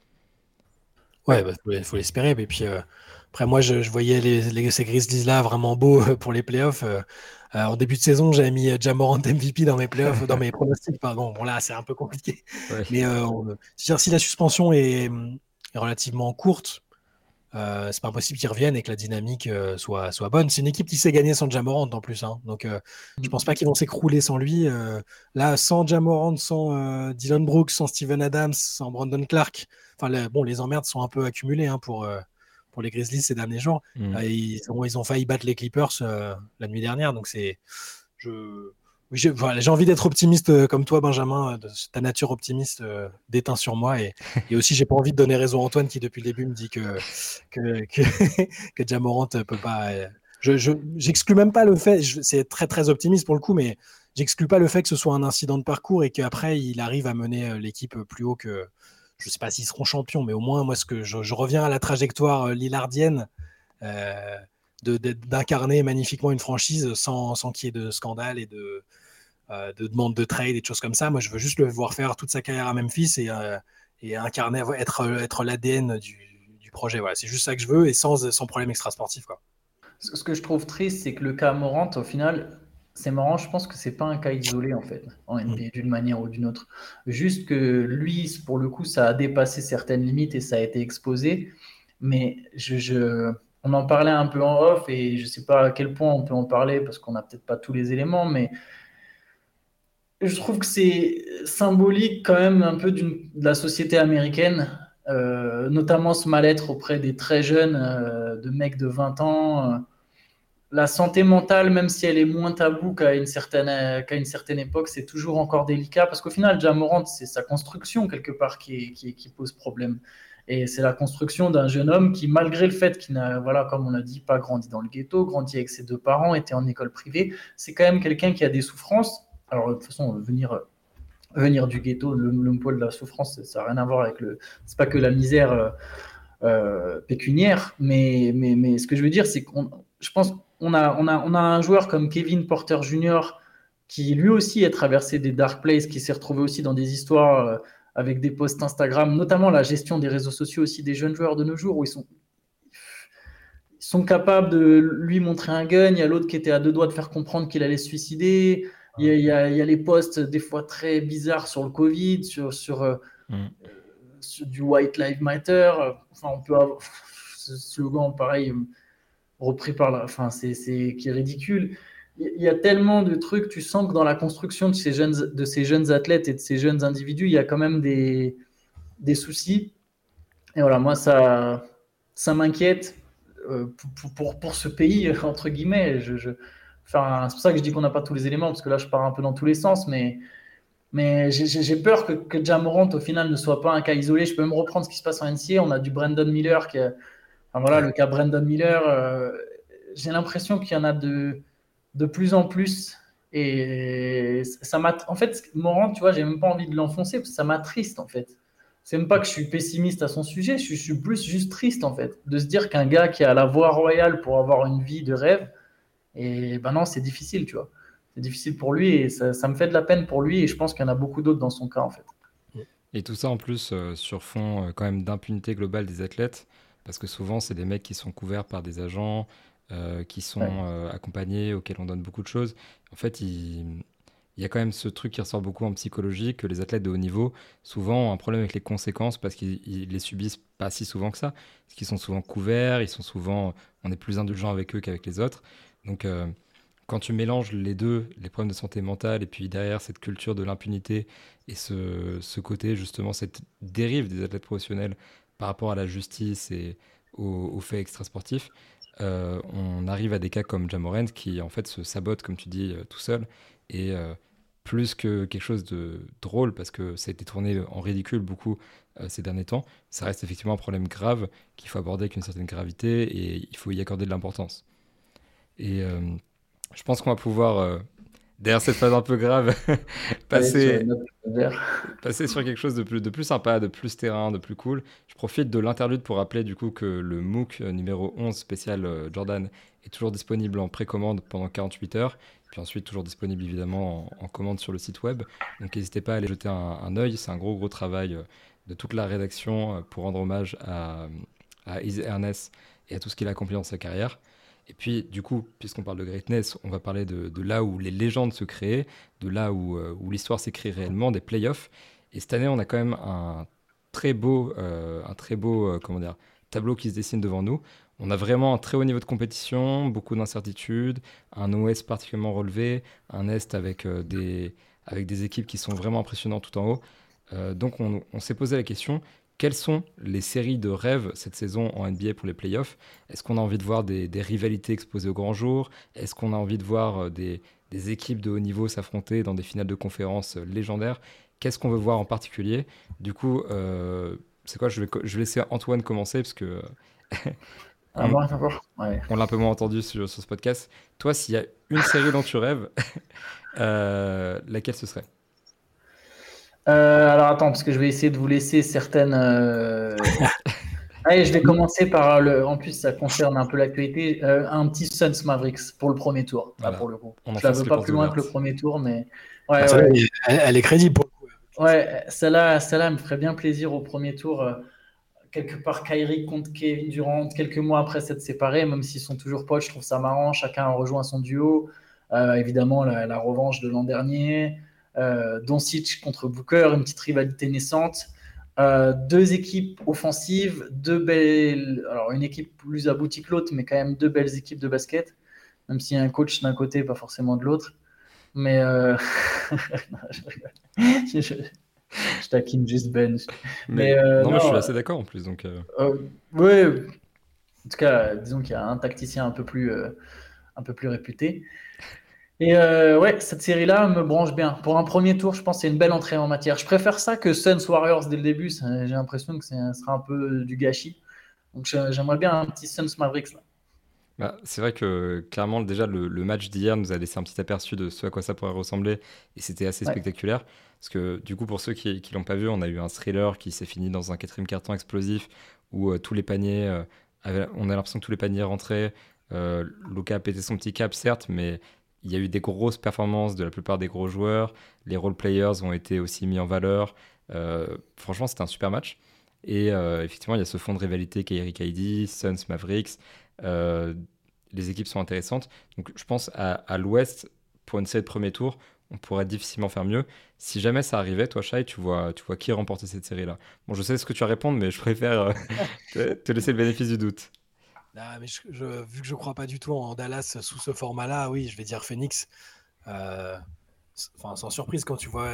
Ouais, bah, faut l'espérer. Et puis après, moi, je voyais ces Grizzlies-là vraiment beaux pour les playoffs. En début de saison, j'avais mis Ja Morant MVP dans mes playoffs, dans mes pronostics. Pardon. Bon, là, c'est un peu compliqué. Ouais. Mais c'est-à-dire, si la suspension est relativement courte, c'est pas impossible qu'ils reviennent et que la dynamique soit bonne. C'est une équipe qui sait gagner sans Ja Morant en plus. Hein. Donc, je pense pas qu'ils vont s'écrouler sans lui. Là, sans Ja Morant, sans Dylan Brooks, sans Steven Adams, sans Brandon Clark, les emmerdes sont un peu accumulées hein, pour les Grizzlies ces derniers jours. Ils ont failli battre les Clippers la nuit dernière. Donc, j'ai envie d'être optimiste comme toi, Benjamin. Ta nature optimiste déteint sur moi. Et aussi, j'ai pas envie de donner raison à Antoine qui, depuis le début, me dit que Ja Morant peut pas. J'exclus même pas le fait, c'est très très optimiste pour le coup, mais j'exclus pas le fait que ce soit un incident de parcours et qu'après il arrive à mener l'équipe plus haut que. Je sais pas s'ils seront champions, mais au moins, moi, je reviens à la trajectoire lillardienne d'incarner magnifiquement une franchise sans qu'il y ait de scandale et de demandes de trade et de choses comme ça. Moi, je veux juste le voir faire toute sa carrière à Memphis et incarner, être l'ADN du projet. Voilà, c'est juste ça que je veux et sans problème extrasportif, quoi. Ce que je trouve triste, c'est que le cas Morant, au final, c'est marrant, je pense que c'est pas un cas isolé en fait, en NBA d'une manière ou d'une autre. Juste que lui, pour le coup, ça a dépassé certaines limites et ça a été exposé. Mais on en parlait un peu en off et je sais pas à quel point on peut en parler parce qu'on n'a peut-être pas tous les éléments, mais je trouve que c'est symbolique quand même un peu de la société américaine, notamment ce mal-être auprès des très jeunes, de mecs de 20 ans. La santé mentale, même si elle est moins taboue qu'à une certaine époque, c'est toujours encore délicat parce qu'au final, Ja Morant, c'est sa construction quelque part qui pose problème. Et c'est la construction d'un jeune homme qui, malgré le fait qu'il n'a, voilà, comme on l'a dit, pas grandi dans le ghetto, grandi avec ses deux parents, était en école privée, c'est quand même quelqu'un qui a des souffrances. Alors, de toute façon, venir du ghetto, le poids de la souffrance, ça n'a rien à voir avec c'est pas que la misère pécuniaire, mais ce que je veux dire, c'est je pense qu'on a un joueur comme Kevin Porter Jr. qui lui aussi a traversé des dark places, qui s'est retrouvé aussi dans des histoires avec des posts Instagram, notamment la gestion des réseaux sociaux aussi des jeunes joueurs de nos jours, où ils sont capables de lui montrer un gun, il y a l'autre qui était à deux doigts de faire comprendre qu'il allait se suicider, il y a les posts des fois très bizarres sur le Covid, sur du White Lives Matter, enfin on peut avoir ce slogan pareil repris par qui est ridicule. Il y a tellement de trucs, tu sens que dans la construction de ces jeunes athlètes et de ces jeunes individus, il y a quand même des soucis. Et voilà, moi ça m'inquiète pour ce pays entre guillemets. C'est pour ça que je dis qu'on n'a pas tous les éléments parce que là je pars un peu dans tous les sens, mais j'ai peur que Ja Morant au final ne soit pas un cas isolé. Je peux même reprendre ce qui se passe en NCAA. On a du Brandon Miller le cas Brandon Miller. J'ai l'impression qu'il y en a de plus en plus. Et ça en fait, Morant, tu vois, j'ai même pas envie de l'enfoncer parce que ça m'attriste en fait. C'est même pas que je suis pessimiste à son sujet, je suis plus juste triste en fait, de se dire qu'un gars qui a la voie royale pour avoir une vie de rêve, et ben non, c'est difficile, tu vois. C'est difficile pour lui et ça me fait de la peine pour lui et je pense qu'il y en a beaucoup d'autres dans son cas en fait. Et tout ça en plus sur fond quand même d'impunité globale des athlètes, parce que souvent c'est des mecs qui sont couverts par des agents, qui sont Ouais. accompagnés, auxquels on donne beaucoup de choses. En fait, il y a quand même ce truc qui ressort beaucoup en psychologie, que les athlètes de haut niveau, souvent, ont un problème avec les conséquences parce qu'ils les subissent pas si souvent que ça. Parce qu'ils sont souvent couverts, on est plus indulgent avec eux qu'avec les autres. Donc, quand tu mélanges les deux, les problèmes de santé mentale et puis derrière cette culture de l'impunité et ce côté, justement, cette dérive des athlètes professionnels par rapport à la justice et aux faits extrasportifs, on arrive à des cas comme Ja Morant qui, en fait, se sabote, comme tu dis, tout seul. Et plus que quelque chose de drôle, parce que ça a été tourné en ridicule beaucoup ces derniers temps, ça reste effectivement un problème grave qu'il faut aborder avec une certaine gravité et il faut y accorder de l'importance. Et je pense qu'on va pouvoir, derrière cette phase un peu grave, Allez, sur passer, une note vert. passer sur quelque chose de plus sympa, de plus terrain, de plus cool. Je profite de l'interlude pour rappeler du coup que le MOOC numéro 11 spécial Jordan est toujours disponible en précommande pendant 48 heures. Puis ensuite, toujours disponible évidemment en commande sur le site web. Donc n'hésitez pas à aller jeter un œil. C'est un gros travail de toute la rédaction pour rendre hommage à Izzy Ernest et à tout ce qu'il a accompli dans sa carrière. Et puis, du coup, puisqu'on parle de greatness, on va parler de là où les légendes se créent, de là où l'histoire s'écrit réellement, des playoffs. Et cette année, on a quand même un très beau comment dire, tableau qui se dessine devant nous. On a vraiment un très haut niveau de compétition, beaucoup d'incertitudes, un Ouest particulièrement relevé, un Est avec des équipes qui sont vraiment impressionnantes tout en haut. Donc on s'est posé la question, quelles sont les séries de rêve cette saison en NBA pour les playoffs? Est-ce qu'on a envie de voir des rivalités exposées au grand jour? Est-ce qu'on a envie de voir des équipes de haut niveau s'affronter dans des finales de conférences légendaires? Qu'est-ce qu'on veut voir en particulier? Du coup, c'est quoi? Je vais laisser Antoine commencer parce que Ah, on, moi, d'accord. Ouais. on l'a un peu moins entendu sur ce podcast. Toi, s'il y a une série dont tu rêves, laquelle ce serait? Alors attends, parce que je vais essayer de vous laisser certaines. Allez, je vais commencer par le. En plus, ça concerne un peu l'actualité. Un petit Suns Mavericks pour le premier tour, là, Voilà. pour le coup. On Je la enfonce veux les pas portes plus loin que le ouvertes. premier tour, mais Bah, ouais, celle-là, ouais, elle est crédible pour le coup. ouais. Celle-là me ferait bien plaisir au premier tour. Quelque part, Kyrie contre Kevin Durant, quelques mois après s'être séparés, même s'ils sont toujours potes, je trouve ça marrant. Chacun a rejoint son duo. Évidemment, la revanche de l'an dernier. Doncic contre Booker, une petite rivalité naissante. Deux équipes offensives, deux belles. Alors, une équipe plus aboutie que l'autre, mais quand même deux belles équipes de basket. Même s'il y a un coach d'un côté, pas forcément de l'autre. Mais non, je rigole. Je taquine juste Ben. Mais Non, mais je suis non, assez d'accord en plus. Donc, ouais, en tout cas, disons qu'il y a un tacticien un peu plus réputé. Et ouais, cette série-là me branche bien. Pour un premier tour, je pense que c'est une belle entrée en matière. Je préfère ça que Suns Warriors dès le début. J'ai l'impression que ça sera un peu du gâchis. Donc j'aimerais bien un petit Suns Mavericks là. bah, c'est vrai que clairement, déjà, le match d'hier nous a laissé un petit aperçu de ce à quoi ça pourrait ressembler. Et c'était assez Ouais. spectaculaire. Parce que, du coup, pour ceux qui ne l'ont pas vu, on a eu un thriller qui s'est fini dans un quatrième quart-temps explosif où tous les paniers, on a l'impression que tous les paniers rentraient. Luka a pété son petit cap, certes, mais il y a eu des grosses performances de la plupart des gros joueurs. Les role players ont été aussi mis en valeur. Franchement, c'était un super match. Et effectivement, il y a ce fond de rivalité Kyrie KD, Suns Mavericks. Euh, les équipes sont intéressantes. Donc je pense à l'Ouest, pour une série de premier tour, on pourrait difficilement faire mieux. Si jamais ça arrivait, toi, Shai, tu vois qui remporter cette série-là? Bon, je sais ce que tu vas répondre, mais je préfère te laisser le bénéfice du doute. Ah, mais vu que je crois pas du tout en Dallas sous ce format-là, oui, je vais dire Phoenix. Euh, Enfin, sans surprise, quand tu vois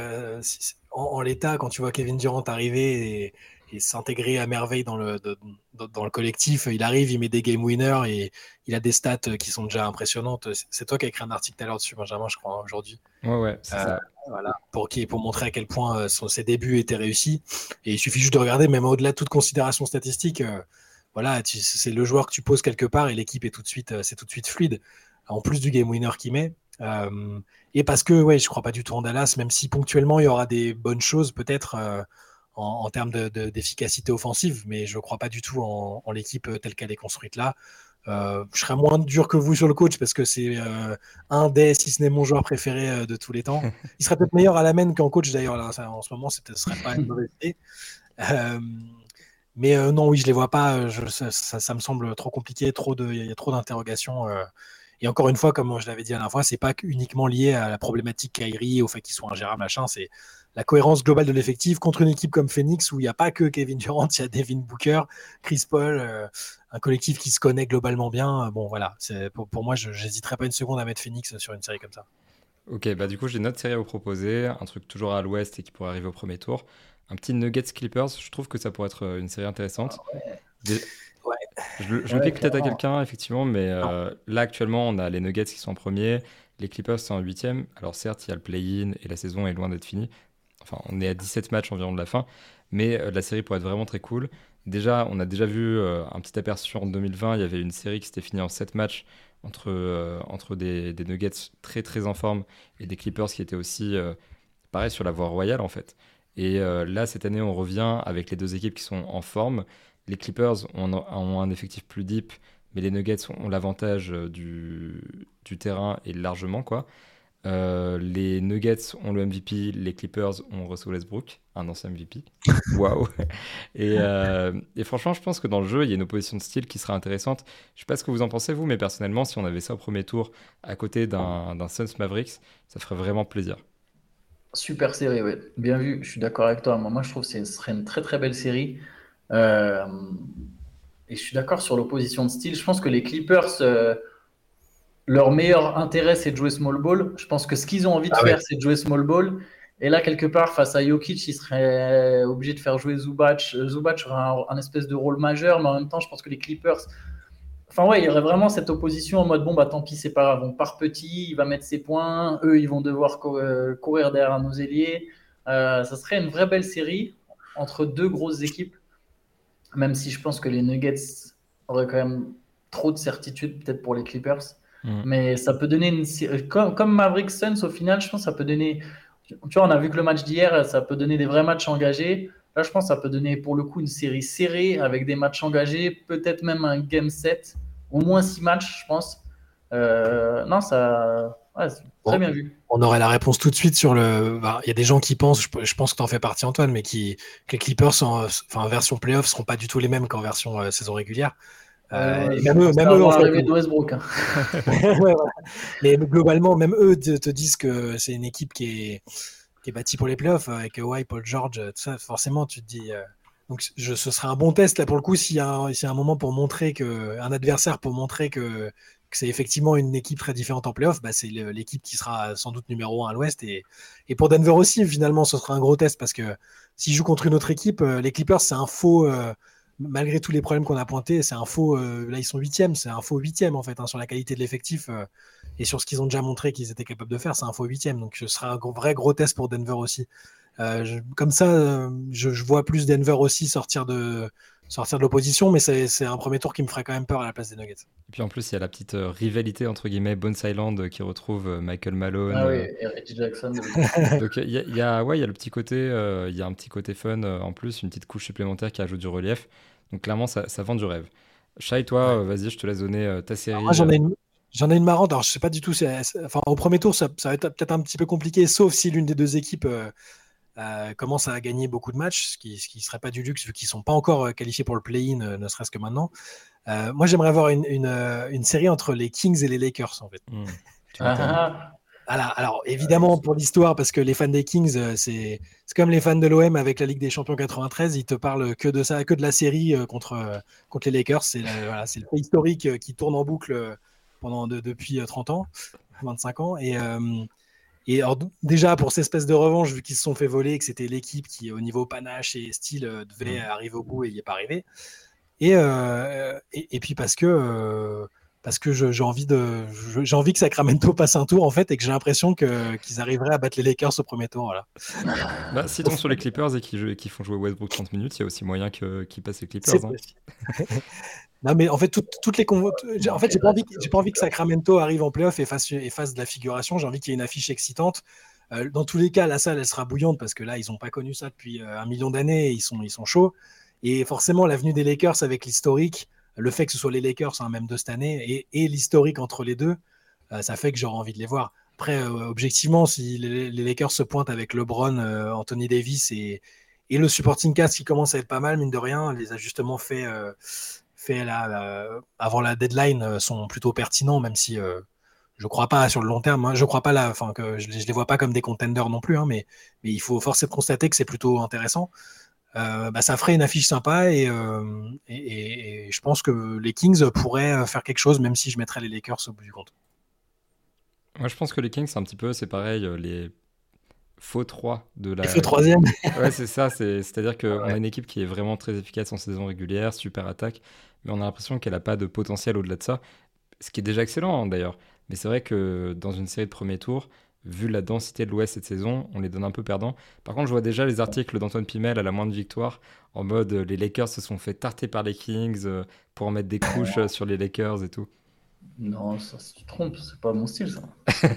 en l'état, quand tu vois Kevin Durant arriver et s'intégrer à merveille dans le collectif, il arrive, il met des game winners et il a des stats qui sont déjà impressionnantes. C'est toi qui as écrit un article tout à l'heure dessus, Benjamin, je crois, aujourd'hui. Ouais, c'est ça. Voilà, pour montrer à quel point ses débuts étaient réussis. Et il suffit juste de regarder, même au-delà de toute considération statistique, voilà, c'est le joueur que tu poses quelque part et l'équipe est c'est tout de suite fluide. En plus du game winner qu'il met. Et parce que, ouais, je crois pas du tout en Dallas, même si ponctuellement il y aura des bonnes choses peut-être en termes d'efficacité offensive, mais je ne crois pas du tout en l'équipe telle qu'elle est construite là. Je serais moins dur que vous sur le coach parce que c'est un des, si ce n'est mon joueur préféré de tous les temps. Il serait peut-être meilleur à la main qu'en coach d'ailleurs. Là, en ce moment, ce ne serait pas une mauvaise idée. Mais non, oui, je ne les vois pas. Ça me semble trop compliqué. Il y a trop d'interrogations. Et encore une fois, comme je l'avais dit la dernière fois, c'est pas uniquement lié à la problématique Kyrie, au fait qu'ils soient ingérables, machin. C'est la cohérence globale de l'effectif contre une équipe comme Phoenix où il n'y a pas que Kevin Durant, il y a Devin Booker, Chris Paul, un collectif qui se connaît globalement bien. Bon, voilà. Pour moi, je n'hésiterais pas une seconde à mettre Phoenix sur une série comme ça. Ok, bah du coup, j'ai une autre série à vous proposer, un truc toujours à l'ouest et qui pourrait arriver au premier tour. Un petit Nuggets Clippers, je trouve que ça pourrait être une série intéressante. Ouais. Je le pique peut-être à quelqu'un, effectivement, mais là, actuellement, on a les Nuggets qui sont en premier, les Clippers sont en 8e. Alors, certes, il y a le play-in et la saison est loin d'être finie. Enfin, on est à 17 matchs environ de la fin, mais la série pourrait être vraiment très cool. Déjà, on a déjà vu un petit aperçu en 2020, il y avait une série qui s'était finie en 7 matchs entre des Nuggets très très en forme et des Clippers qui étaient aussi, pareil, sur la voie royale, en fait. Et là, cette année, on revient avec les deux équipes qui sont en forme. Les Clippers ont un effectif plus deep, mais les Nuggets ont l'avantage du terrain et largement, quoi. Les Nuggets ont le MVP, les Clippers ont Russell Westbrook, un ancien MVP. Waouh! Et franchement, je pense que dans le jeu, il y a une opposition de style qui sera intéressante. Je sais pas ce que vous en pensez, vous, mais personnellement, si on avait ça au premier tour à côté d'un Suns Mavericks, ça ferait vraiment plaisir. Super série, ouais. Bien vu, je suis d'accord avec toi. Moi, je trouve que ce serait une très très belle série. Euh, et je suis d'accord sur l'opposition de style. Je pense que les Clippers, leur meilleur intérêt, c'est de jouer small ball. Je pense que ce qu'ils ont envie de faire, c'est de jouer small ball. Et là, quelque part, face à Jokic, ils seraient obligés de faire jouer Zubac. Zubac aurait un espèce de rôle majeur, mais en même temps, je pense que les Clippers. Enfin, ouais, il y aurait vraiment cette opposition en mode bon, bah tant pis, c'est pas grave, on part petit, il va mettre ses points, eux, ils vont devoir courir derrière nos ailiers. Ça serait une vraie belle série entre deux grosses équipes, même si je pense que les Nuggets auraient quand même trop de certitude, peut-être pour les Clippers. Mais ça peut donner une série. Comme Mavericks Suns, au final, je pense que ça peut donner. Tu vois, on a vu que le match d'hier, ça peut donner des vrais matchs engagés. Là, je pense que ça peut donner pour le coup une série serrée avec des matchs engagés, peut-être même un game set, au moins 6 matchs, je pense. Non, ça. Ouais, c'est très bien vu. On aurait la réponse tout de suite sur le. Il y a des gens qui pensent, je pense que tu en fais partie, Antoine, mais que les Clippers en version playoff ne seront pas du tout les mêmes qu'en version saison régulière. Même eux en fait. De Westbrook, hein. Ouais, voilà. Mais globalement, même eux te disent que c'est une équipe qui est bâtie pour les playoffs avec Kawhi, Paul George, tout ça. Forcément, tu te dis. Donc, ce serait un bon test là pour le coup s'il y a un moment pour montrer un adversaire pour montrer que c'est effectivement une équipe très différente en playoff, c'est l'équipe qui sera sans doute numéro 1 à l'Ouest. Et pour Denver aussi, finalement, ce sera un gros test parce que s'ils jouent contre une autre équipe, les Clippers, c'est un faux. Malgré tous les problèmes qu'on a pointés, c'est un faux. Là, ils sont 8e, c'est un faux 8e en fait, sur la qualité de l'effectif et sur ce qu'ils ont déjà montré qu'ils étaient capables de faire, c'est un faux 8e. Donc, ce sera un vrai gros test pour Denver aussi. Comme ça, je vois plus Denver aussi sortir de l'opposition, mais c'est un premier tour qui me ferait quand même peur à la place des Nuggets. Et puis en plus, il y a la petite rivalité entre guillemets Bones Island qui retrouve Michael Malone. Ah oui, et Reggie Jackson. Donc il y a le petit côté, il y a un petit côté fun en plus, une petite couche supplémentaire qui ajoute du relief. Donc clairement, ça vend du rêve. Shai, toi, vas-y, je te laisse donner ta série. Moi, j'en ai une marrante. Alors, je sais pas du tout. Au premier tour, ça va être peut-être un petit peu compliqué, sauf si l'une des deux équipes commence à gagner beaucoup de matchs, ce qui serait pas du luxe vu qu'ils sont pas encore qualifiés pour le play-in, ne serait-ce que maintenant. Moi, j'aimerais avoir une série entre les Kings et les Lakers, en fait. Alors, évidemment, pour l'histoire, parce que les fans des Kings, c'est comme les fans de l'OM avec la Ligue des Champions 93, ils te parlent que de ça, que de la série contre les Lakers. C'est le fait historique qui tourne en boucle depuis 30 ans, 25 ans. Et alors, déjà, pour cette espèce de revanche, vu qu'ils se sont fait voler, que c'était l'équipe qui, au niveau panache et style, devait arriver au bout et n'y est pas arrivé. Et puis parce que j'ai envie que Sacramento passe un tour en fait et que j'ai l'impression qu'ils arriveraient à battre les Lakers au premier tour. Voilà. Si tombent sur les Clippers et qu'ils font jouer Westbrook 30 minutes, il y a aussi moyen qu'ils passent les Clippers. Non mais en fait toutes les en fait j'ai pas envie que Sacramento arrive en playoff et fasse de la figuration. J'ai envie qu'il y ait une affiche excitante. Dans tous les cas, la salle, elle sera bouillante parce que là, ils n'ont pas connu ça depuis 1 million d'années. Et ils sont chauds. Et forcément, l'avenue des Lakers avec l'historique, le fait que ce soit les Lakers, même de cette année, et l'historique entre les deux, ça fait que j'aurais envie de les voir. Après, objectivement, si les Lakers se pointent avec LeBron, Anthony Davis et le supporting cast qui commence à être pas mal, mine de rien, les ajustements faits là, avant la deadline sont plutôt pertinents, même si je ne crois pas sur le long terme. Hein, je crois pas que je les vois pas comme des contenders non plus, hein, mais il faut forcément constater que c'est plutôt intéressant. Ça ferait une affiche sympa et je pense que les Kings pourraient faire quelque chose, même si je mettrais les Lakers au bout du compte. Moi, je pense que les Kings, c'est pareil, les faux 3 de la. Les feux troisième. Ouais, c'est ça. C'est-à-dire qu'on Ouais. a une équipe qui est vraiment très efficace en saison régulière, super attaque, mais on a l'impression qu'elle n'a pas de potentiel au-delà de ça, ce qui est déjà excellent, hein, d'ailleurs. Mais c'est vrai que dans une série de premiers tours, vu la densité de l'Ouest cette saison, on les donne un peu perdants. Par contre, je vois déjà les articles d'Antoine Pimel à la moindre victoire, en mode les Lakers se sont fait tarter par les Kings pour en mettre des couches sur les Lakers et tout. Non, ça, tu te trompes, c'est pas mon style, ça.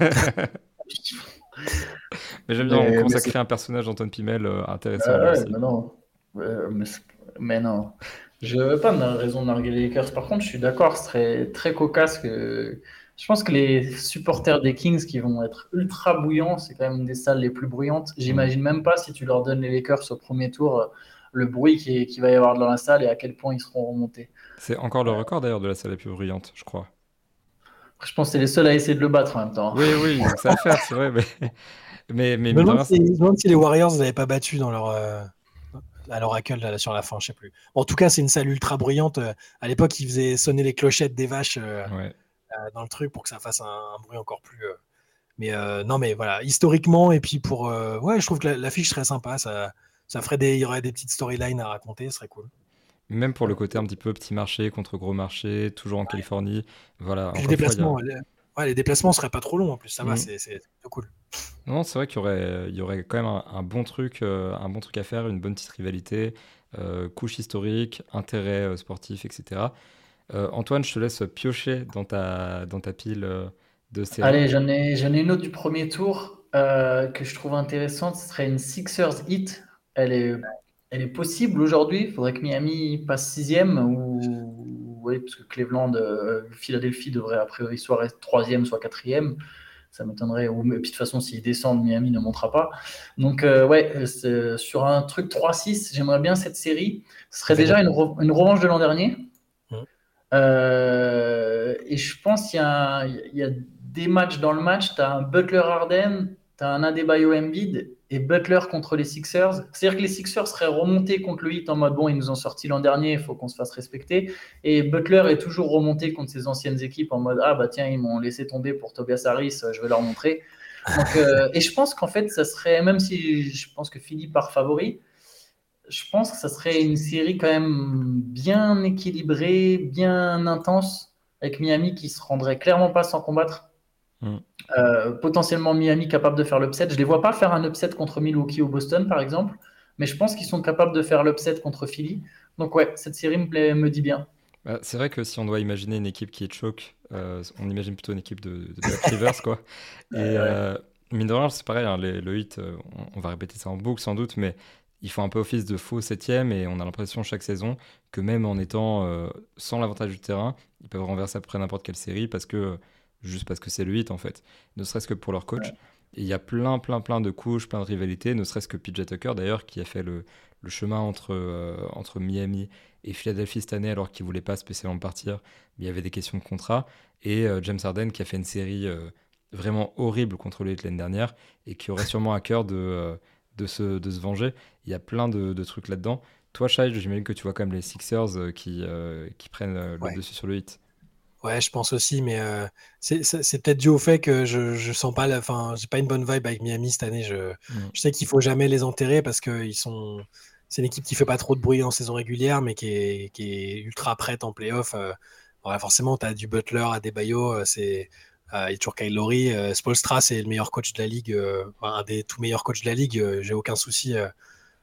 Mais j'aime bien, on commence Mais à c'est. créer un personnage d'Antoine Pimel intéressant lui Ouais, aussi. mais non. Mais non. Je veux pas de raison de narguer les Lakers. Par contre, je suis d'accord, ce serait très cocasse que. Je pense que les supporters des Kings qui vont être ultra bouillants, c'est quand même une des salles les plus bruyantes. Mm. J'imagine même pas si tu leur donnes les Lakers au premier tour, le bruit qui va y avoir dans la salle et à quel point ils seront remontés. C'est encore le record d'ailleurs de la salle la plus bruyante, je crois. Après, je pense que c'est les seuls à essayer de le battre en même temps. Oui, oui, donc ça va faire, c'est vrai, mais, mais Je me mine de demande rien, si, je me demande si les Warriors ne l'avaient pas battu dans à l'Oracle là, sur la fin, je sais plus. Bon, en tout cas, c'est une salle ultra bruyante. À l'époque, ils faisaient sonner les clochettes des vaches ouais. dans le truc pour que ça fasse un bruit encore plus. Mais non, mais voilà, historiquement, et puis ouais, je trouve que l'affiche serait sympa. Ça ferait il y aurait des petites storylines à raconter, ce serait cool. Même pour le côté un petit peu petit marché contre gros marché, toujours en Californie. Voilà, Puis les encore une fois, il y a. déplacements, les déplacements seraient pas trop longs en plus. Ça va, Mm. c'est plutôt cool. Non, c'est vrai qu'il y aurait quand même un bon truc à faire, une bonne petite rivalité, couche historique, intérêt sportif, etc. Antoine, je te laisse piocher dans ta pile de séries. Allez, j'en ai une autre du premier tour que je trouve intéressante. Ce serait une Sixers hit. Elle est, elle est possible aujourd'hui. Il faudrait que Miami passe sixième ou oui, parce que Cleveland, Philadelphie devrait a priori soit être troisième, soit quatrième. Ça m'étonnerait. Et puis de toute façon, s'ils descendent, Miami ne montera pas. Donc ouais, sur un truc 3-6, j'aimerais bien cette série. Ce serait déjà une revanche de l'an dernier. Mhm. Et je pense qu'il y a des matchs dans le match. Tu as un Butler-Harden, tu as un Adebayo Embiid et Butler contre les Sixers. C'est-à-dire que les Sixers seraient remontés contre le Heat en mode bon, ils nous ont sorti l'an dernier, il faut qu'on se fasse respecter. Et Butler est toujours remonté contre ses anciennes équipes en mode ah bah tiens, ils m'ont laissé tomber pour Tobias Harris, je vais leur montrer. Donc, et je pense qu'en fait, ça serait, même si je pense que Philly part favori, je pense que ça serait une série quand même bien équilibrée, bien intense, avec Miami qui se rendrait clairement pas sans combattre. Mm. Potentiellement Miami capable de faire l'upset. Je les vois pas faire un upset contre Milwaukee ou Boston, par exemple, mais je pense qu'ils sont capables de faire l'upset contre Philly. Donc ouais, cette série me dit bien. Bah, c'est vrai que si on doit imaginer une équipe qui est choke, on imagine plutôt une équipe de Doc Rivers, quoi. Et Ouais. mine de rien, c'est pareil, hein, le hit, on va répéter ça en boucle sans doute, mais ils font un peu office de faux septième et on a l'impression chaque saison que même en étant sans l'avantage du terrain, ils peuvent renverser après n'importe quelle série juste parce que c'est le hit en fait, ne serait-ce que pour leur coach. Et il y a plein, plein, plein de couches, plein de rivalités, ne serait-ce que PJ Tucker d'ailleurs, qui a fait le chemin entre Miami et Philadelphie cette année alors qu'il voulait pas spécialement partir, mais il y avait des questions de contrat. Et James Harden qui a fait une série vraiment horrible contre les Heat l'année dernière et qui aurait sûrement à cœur de se venger. Il y a plein de trucs là-dedans. Toi, Shai, j'imagine que tu vois quand même les Sixers qui prennent le Ouais. dessus sur le Heat. Ouais, je pense aussi, mais c'est peut-être dû au fait que je sens pas j'ai pas une bonne vibe avec Miami cette année. Je sais qu'il faut jamais les enterrer parce que c'est une équipe qui fait pas trop de bruit en saison régulière, mais qui est ultra prête en playoff. Voilà, forcément, tu as du Butler, Adebayo, il y a toujours Kyle Lowry. Spoelstra, c'est le meilleur coach de la ligue, un des tout meilleurs coachs de la ligue. J'ai aucun souci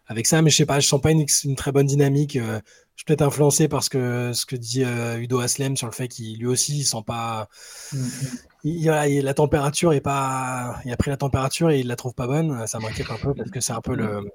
avec ça, mais je sais pas, je sens pas une très bonne dynamique. Je suis peut-être influencé par ce que dit Udo Aslem sur le fait qu'il lui aussi il sent pas. Voilà, la température est pas. Il a pris la température et il la trouve pas bonne. Ça m'inquiète un peu parce que c'est un peu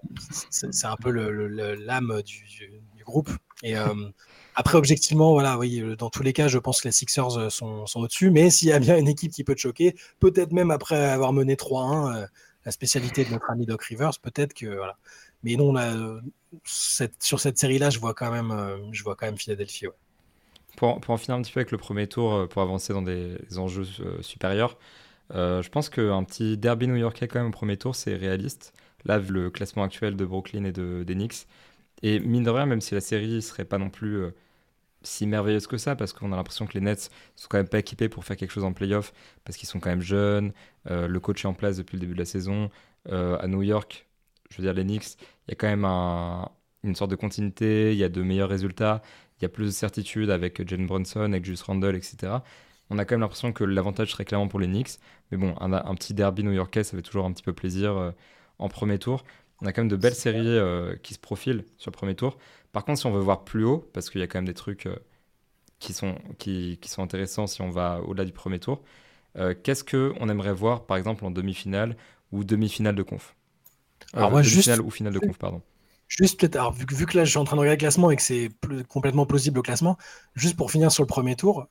l'âme du groupe. Et après, objectivement, voilà, oui, dans tous les cas, je pense que les Sixers sont au-dessus. Mais s'il y a bien une équipe qui peut te choquer, peut-être même après avoir mené 3-1, la spécialité de notre ami Doc Rivers, peut-être que voilà. Mais non, sur cette série-là, je vois quand même Philadelphie. Ouais. Pour en finir un petit peu avec le premier tour, pour avancer dans des enjeux supérieurs, je pense qu'un petit derby new-yorkais quand même au premier tour, c'est réaliste. Là, vu le classement actuel de Brooklyn et des Knicks. Et mine de rien, même si la série serait pas non plus si merveilleuse que ça, parce qu'on a l'impression que les Nets sont quand même pas équipés pour faire quelque chose en playoff, parce qu'ils sont quand même jeunes, le coach est en place depuis le début de la saison. À New York, je veux dire, les Knicks, il y a quand même une sorte de continuité, il y a de meilleurs résultats, il y a plus de certitude avec Jalen Brunson, avec Julius Randle, etc. On a quand même l'impression que l'avantage serait clairement pour les Knicks, mais bon, un petit derby new-yorkais, ça fait toujours un petit peu plaisir en premier tour. On a quand même de belles séries qui se profilent sur le premier tour. Par contre, si on veut voir plus haut, parce qu'il y a quand même des trucs qui sont intéressants si on va au-delà du premier tour, qu'est-ce qu'on aimerait voir, par exemple, en demi-finale ou demi-finale de conf Alors moi, demi-finale ou finale de conf, pardon. Juste peut-être, alors vu que là je suis en train de regarder le classement et que c'est complètement plausible au classement, juste pour finir sur le premier tour,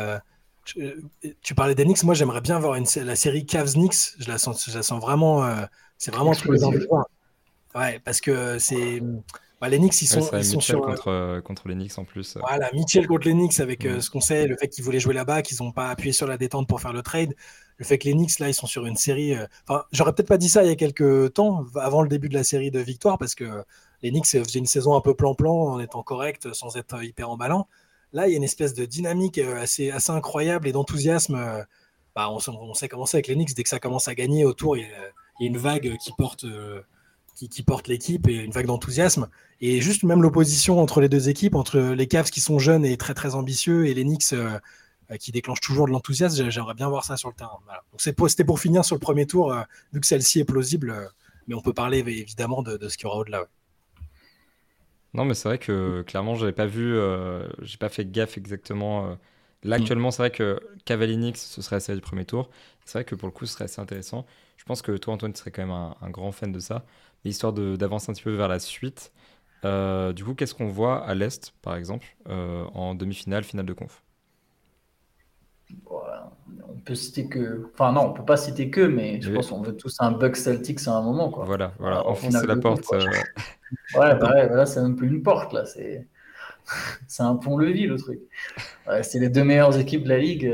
tu parlais des Knicks, moi j'aimerais bien voir la série Cavs-Knicks, je la sens vraiment, c'est vraiment un truc que j'ai envie de voir. Ouais, parce que les Knicks, ils sont Mitchell sur. contre les Knicks en plus. Voilà, Mitchell contre les Knicks avec ce qu'on sait, le fait qu'ils voulaient jouer là-bas, qu'ils n'ont pas appuyé sur la détente pour faire le trade. Le fait que les Knicks, là, ils sont sur une série. J'aurais peut-être pas dit ça il y a quelques temps, avant le début de la série de victoire, parce que les Knicks faisaient une saison un peu plan-plan, en étant correct, sans être hyper emballant. Là, il y a une espèce de dynamique assez incroyable et d'enthousiasme. On sait comment c'est avec les Knicks. Dès que ça commence à gagner autour, il y a une vague qui porte l'équipe et une vague d'enthousiasme. Et juste même l'opposition entre les deux équipes, entre les Cavs qui sont jeunes et très très ambitieux et les Knicks qui déclenchent toujours de l'enthousiasme, j'aimerais bien voir ça sur le terrain. Voilà. Donc c'était pour finir sur le premier tour, vu que celle-ci est plausible, mais on peut parler évidemment de ce qu'il y aura au-delà. Ouais. Non, mais c'est vrai que clairement, j'avais pas vu, j'ai pas fait gaffe exactement. Là, actuellement, c'est vrai que Cavaliers Knicks, ce serait la série du premier tour. C'est vrai que pour le coup, ce serait assez intéressant. Je pense que toi, Antoine, tu serais quand même un grand fan de ça. Mais histoire d'avancer un petit peu vers la suite, du coup, qu'est-ce qu'on voit à l'Est, par exemple, en demi-finale, finale de conf? On peut citer que. Enfin, non, on peut pas citer que, mais je pense qu'on veut tous un Bucks Celtics à un moment, quoi. Voilà, En enfoncer finale la de porte. conf, quoi. Ouais, voilà, c'est même plus une porte, là. C'est un pont-levis, le truc. Ouais, c'est les deux meilleures équipes de la ligue.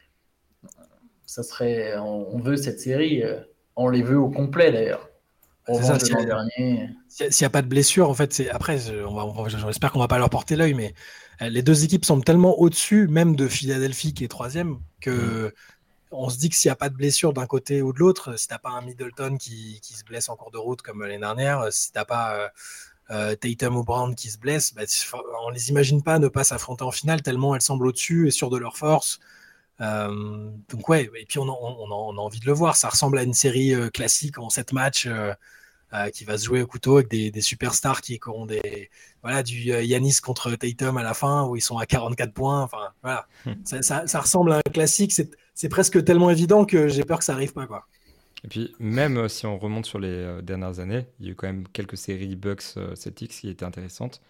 Ça serait. On veut cette série. On les veut au complet, d'ailleurs. C'est ça, l'an dernier. S'il n'y a pas de blessure, en fait, après, j'espère qu'on va pas leur porter l'œil, mais les deux équipes semblent tellement au-dessus, même de Philadelphie qui est troisième, que on se dit que s'il n'y a pas de blessure d'un côté ou de l'autre, si tu n'as pas un Middleton qui se blesse en cours de route comme l'année dernière, si tu n'as pas Tatum ou Brown qui se blessent, on les imagine pas ne pas s'affronter en finale tellement elles semblent au-dessus et sûres de leur force. Donc ouais, et puis on a envie de le voir. Ça ressemble à une série classique en 7 matchs qui va se jouer au couteau avec des superstars qui auront du Giannis contre Tatum à la fin où ils sont à 44 points. Enfin voilà, ça ressemble à un classique. C'est presque tellement évident que j'ai peur que ça arrive pas, quoi. Et puis même si on remonte sur les dernières années, il y a eu quand même quelques séries Bucks Celtics qui étaient intéressantes.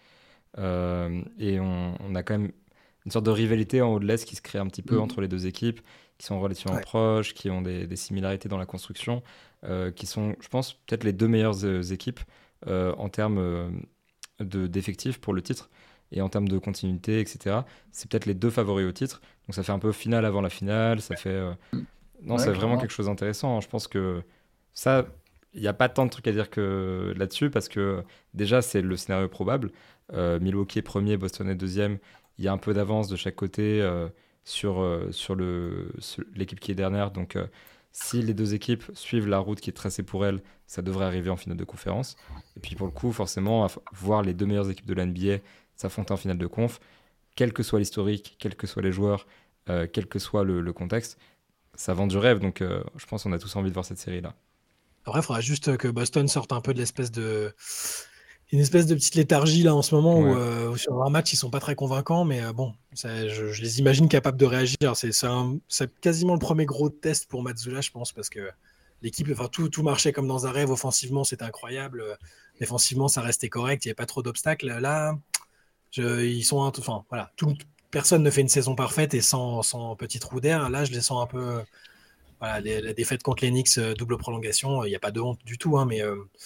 Et on a quand même une sorte de rivalité en haut de l'Est qui se crée un petit peu entre les deux équipes, qui sont relativement proches, qui ont des similarités dans la construction, qui sont, je pense, peut-être les deux meilleures équipes en termes d'effectifs pour le titre et en termes de continuité, etc. C'est peut-être les deux favoris au titre. Donc ça fait un peu finale avant la finale, ça fait... Non, c'est vraiment quelque chose d'intéressant, hein. Je pense que ça, il n'y a pas tant de trucs à dire que là-dessus, parce que déjà, c'est le scénario probable. Milwaukee est premier, Boston est deuxième. Il y a un peu d'avance de chaque côté sur l'équipe qui est dernière. Donc, si les deux équipes suivent la route qui est tracée pour elles, ça devrait arriver en finale de conférence. Et puis, pour le coup, forcément, voir les deux meilleures équipes de la NBA s'affronter en finale de conf, quel que soit l'historique, quels que soient les joueurs, quel que soit le contexte, ça vend du rêve. Donc, je pense qu'on a tous envie de voir cette série-là. Après, il faudra juste que Boston sorte un peu de l'espèce de une espèce de petite léthargie là en ce moment Ouais. où sur un match ils sont pas très convaincants, mais bon, je les imagine capables de réagir. C'est quasiment le premier gros test pour Matsula, je pense, parce que l'équipe, enfin tout marchait comme dans un rêve. Offensivement, c'était incroyable. Défensivement, ça restait correct. Il n'y avait pas trop d'obstacles. Là, ils sont, enfin voilà, personne ne fait une saison parfaite et sans petit trou d'air. Là, je les sens un peu. Voilà, la défaite contre les Knicks, double prolongation, il n'y a pas de honte du tout, hein, mais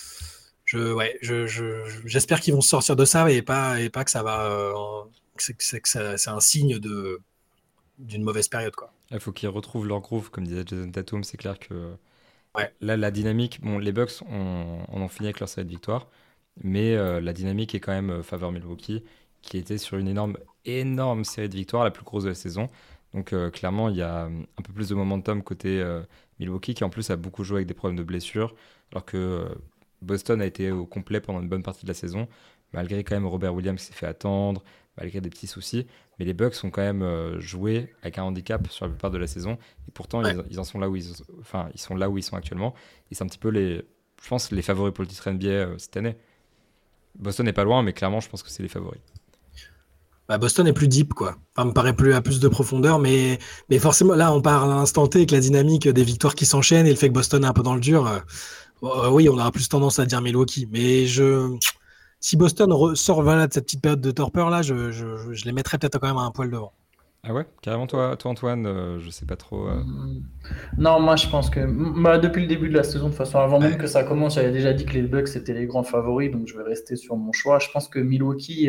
j'espère qu'ils vont se sortir de ça et pas que ça va. C'est un signe d'une mauvaise période, quoi. Il faut qu'ils retrouvent leur groove, comme disait Jason Tatum. C'est clair que Ouais. là, la dynamique, bon, les Bucks en ont fini avec leur série de victoires, mais la dynamique est quand même faveur Milwaukee, qui était sur une énorme série de victoires, la plus grosse de la saison. Donc clairement, il y a un peu plus de momentum côté Milwaukee, qui en plus a beaucoup joué avec des problèmes de blessures, alors que Boston a été au complet pendant une bonne partie de la saison, malgré quand même Robert Williams qui s'est fait attendre, malgré des petits soucis. Mais les Bucks ont quand même joué avec un handicap sur la plupart de la saison, et pourtant ils en sont là où ils sont là où ils sont actuellement. Et c'est un petit peu je pense, les favoris pour le titre NBA cette année. Boston n'est pas loin, mais clairement, je pense que c'est les favoris. Bah, Boston est plus deep, quoi. Enfin, me paraît à plus de profondeur, mais forcément, là, on part à l'instant T avec la dynamique des victoires qui s'enchaînent et le fait que Boston est un peu dans le dur. Oui, on aura plus tendance à dire Milwaukee. Mais si Boston sort voilà, de cette petite période de torpeur, là, je les mettrais peut-être quand même un poil devant. Ah ouais, carrément, toi Antoine, je sais pas trop. Non, moi je pense que depuis le début de la saison, de toute façon, avant même que ça commence, j'avais déjà dit que les Bucks étaient les grands favoris, donc je vais rester sur mon choix. Je pense que Milwaukee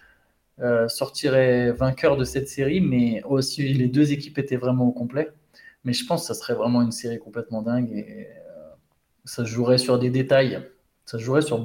sortirait vainqueur de cette série, mais aussi les deux équipes étaient vraiment au complet. Mais je pense que ça serait vraiment une série complètement dingue et ça se jouerait sur des détails. Ça se jouerait sur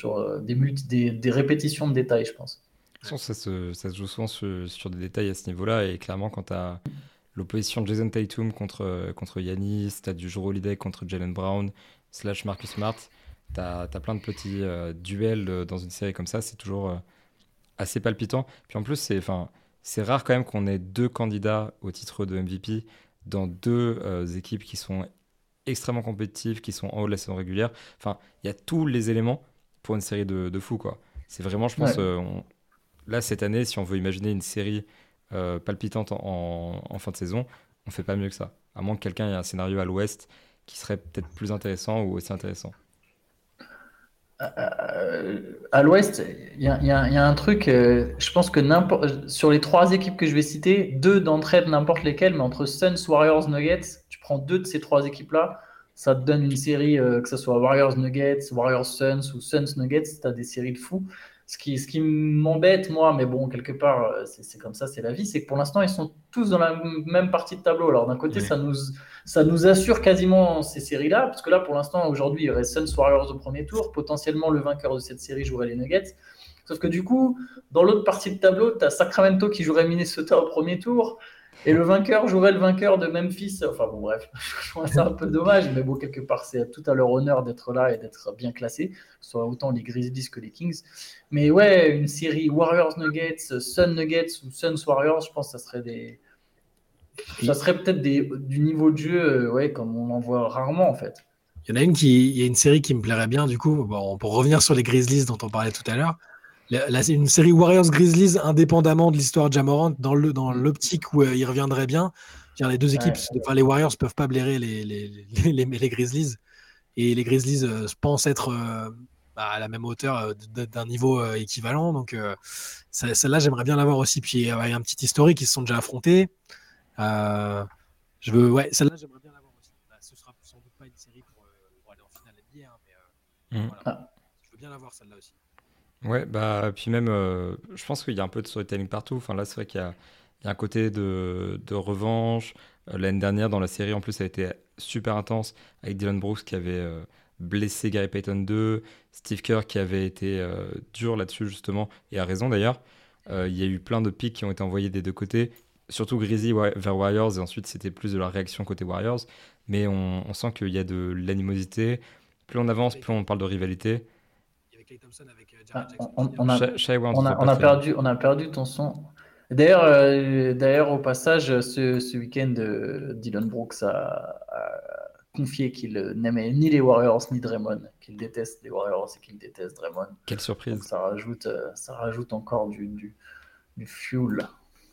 des répétitions de détails, je pense. De toute façon, ça se joue souvent sur des détails à ce niveau-là, et clairement, quand tu as l'opposition de Jason Tatum contre Giannis, tu as du Jrue Holiday contre Jaylen Brown, / Marcus Smart, tu as plein de petits duels dans une série comme ça, c'est toujours assez palpitant. Puis en plus, c'est rare quand même qu'on ait deux candidats au titre de MVP dans deux équipes qui sont extrêmement compétitives, qui sont en haut de la saison régulière. Enfin, il y a tous les éléments pour une série de fou, quoi. C'est vraiment, je pense, là, cette année, si on veut imaginer une série palpitante en fin de saison, on fait pas mieux que ça. À moins que quelqu'un ait un scénario à l'ouest qui serait peut-être plus intéressant ou aussi intéressant. À l'ouest, il y a un truc, je pense que sur les trois équipes que je vais citer, deux d'entre elles, n'importe lesquelles, mais entre Suns, Warriors, Nuggets, tu prends deux de ces trois équipes-là, ça te donne une série, que ce soit Warriors, Nuggets, Warriors, Suns ou Suns, Nuggets, tu as des séries de fous. Ce qui m'embête, moi, mais bon, quelque part, c'est comme ça, c'est la vie, c'est que pour l'instant, ils sont tous dans la même partie de tableau. Alors d'un côté, ça nous assure quasiment ces séries-là, parce que là, pour l'instant, aujourd'hui, il y aurait Suns Warriors au premier tour. Potentiellement, le vainqueur de cette série jouerait les Nuggets. Sauf que du coup, dans l'autre partie de tableau, tu as Sacramento qui jouerait Minnesota au premier tour. Et le vainqueur jouerait le vainqueur de Memphis. Enfin bon, bref, je trouve ça un peu dommage, mais bon, quelque part, c'est tout à leur honneur d'être là et d'être bien classés, que ce soit autant les Grizzlies que les Kings. Mais ouais, une série Warriors Nuggets, Sun Nuggets ou Suns Warriors, je pense que ça serait peut-être du niveau de jeu, comme on en voit rarement en fait. Il y a une série qui me plairait bien, du coup, bon, pour revenir sur les Grizzlies dont on parlait tout à l'heure. Là, c'est une série Warriors-Grizzlies indépendamment de l'histoire de Ja Morant, dans l'optique où il reviendrait bien. Les deux équipes, les Warriors peuvent pas blairer les Grizzlies. Et les Grizzlies pensent être à la même hauteur d'un niveau équivalent. Donc, celle-là, j'aimerais bien l'avoir aussi. Puis, il y a un petit historique, ils se sont déjà affrontés. Celle-là, j'aimerais bien l'avoir aussi. Ce sera sans doute pas une série pour aller en finale NBA, mais voilà. Je veux bien l'avoir, celle-là aussi. Ouais, puis même, je pense qu'il y a un peu de storytelling partout. Enfin, là, c'est vrai qu'il y a un côté de revanche. L'année dernière, dans la série, en plus, ça a été super intense avec Dylan Brooks qui avait blessé Gary Payton 2, Steve Kerr qui avait été dur là-dessus, justement, et a raison d'ailleurs. Il y a eu plein de pics qui ont été envoyés des deux côtés, surtout Grizzly vers Warriors, et ensuite, c'était plus de la réaction côté Warriors. Mais on sent qu'il y a de l'animosité. Plus on avance, plus on parle de rivalité. On a perdu ton son. D'ailleurs, au passage, ce week-end, Dylan Brooks a confié qu'il n'aimait ni les Warriors ni Draymond, qu'il déteste les Warriors et qu'il déteste Draymond. Quelle Donc surprise. ça rajoute encore du fuel.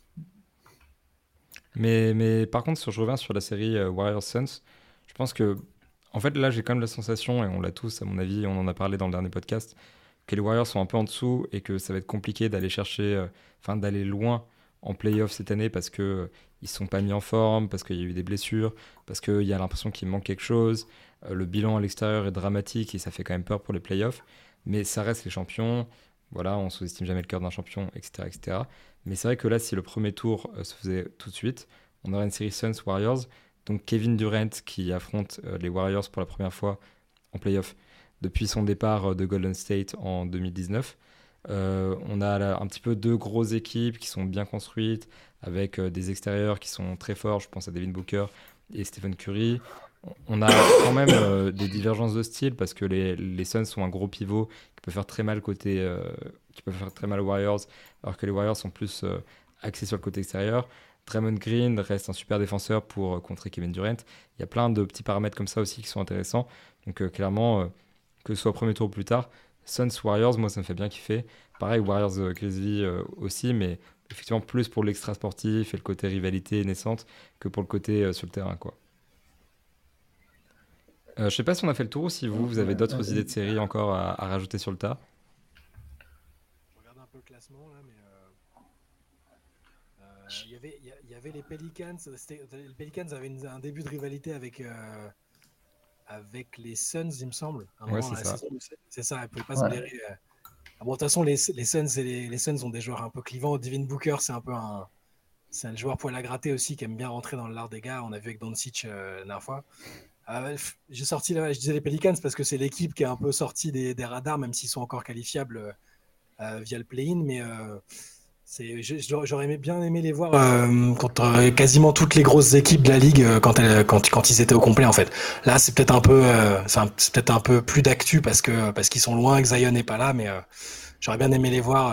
Mais par contre, si je reviens sur la série Warriors-Suns, je pense que, en fait, là, j'ai quand même la sensation, et on l'a tous, à mon avis, on en a parlé dans le dernier podcast, que les Warriors sont un peu en dessous et que ça va être compliqué d'aller chercher, d'aller loin en playoff cette année parce que ils sont pas mis en forme, parce qu'il y a eu des blessures, parce qu'il y a l'impression qu'il manque quelque chose. Le bilan à l'extérieur est dramatique et ça fait quand même peur pour les playoffs. Mais ça reste les champions. Voilà, on sous-estime jamais le cœur d'un champion, etc., etc. Mais c'est vrai que là, si le premier tour se faisait tout de suite, on aurait une série Suns-Warriors. Donc Kevin Durant qui affronte les Warriors pour la première fois en playoff depuis son départ de Golden State en 2019. On a là un petit peu deux grosses équipes qui sont bien construites, avec des extérieurs qui sont très forts. Je pense à Devin Booker et Stephen Curry. On a quand même des divergences de style parce que les Suns sont un gros pivot qui peut faire très mal qui peut faire très mal aux Warriors, alors que les Warriors sont plus axés sur le côté extérieur. Draymond Green reste un super défenseur pour contrer Kevin Durant. Il y a plein de petits paramètres comme ça aussi qui sont intéressants. Donc clairement, que ce soit au premier tour ou plus tard, Suns Warriors, moi ça me fait bien kiffer. Pareil, Warriors Grizzlies aussi, mais effectivement plus pour l'extra sportif et le côté rivalité naissante que pour le côté sur le terrain, quoi. Je sais pas si on a fait le tour ou si vous avez d'autres idées de séries encore à rajouter sur le tas. Je regarde un peu le classement là, mais il y avait les Pelicans. Les Pelicans avaient un début de rivalité avec les Suns, il me semble. À un Ouais, moment, c'est la ça. saison, c'est ça, ils ne pouvaient pas se Ouais. blairer. Ah bon, de toute façon, les Suns, les Suns ont des joueurs un peu clivants. Devin Booker, c'est un joueur poil à gratter aussi qui aime bien rentrer dans l'art des gars. On a vu avec Doncic la dernière fois. J'ai sorti là, je disais les Pelicans parce que c'est l'équipe qui est un peu sortie des radars, même s'ils sont encore qualifiables via le play-in. Mais j'aurais bien aimé les voir contre quasiment toutes les grosses équipes de la ligue quand ils étaient au complet en fait. Là, c'est peut-être un peu, c'est peut-être un peu plus d'actu parce qu'ils sont loin, que Zion n'est pas là, mais j'aurais bien aimé les voir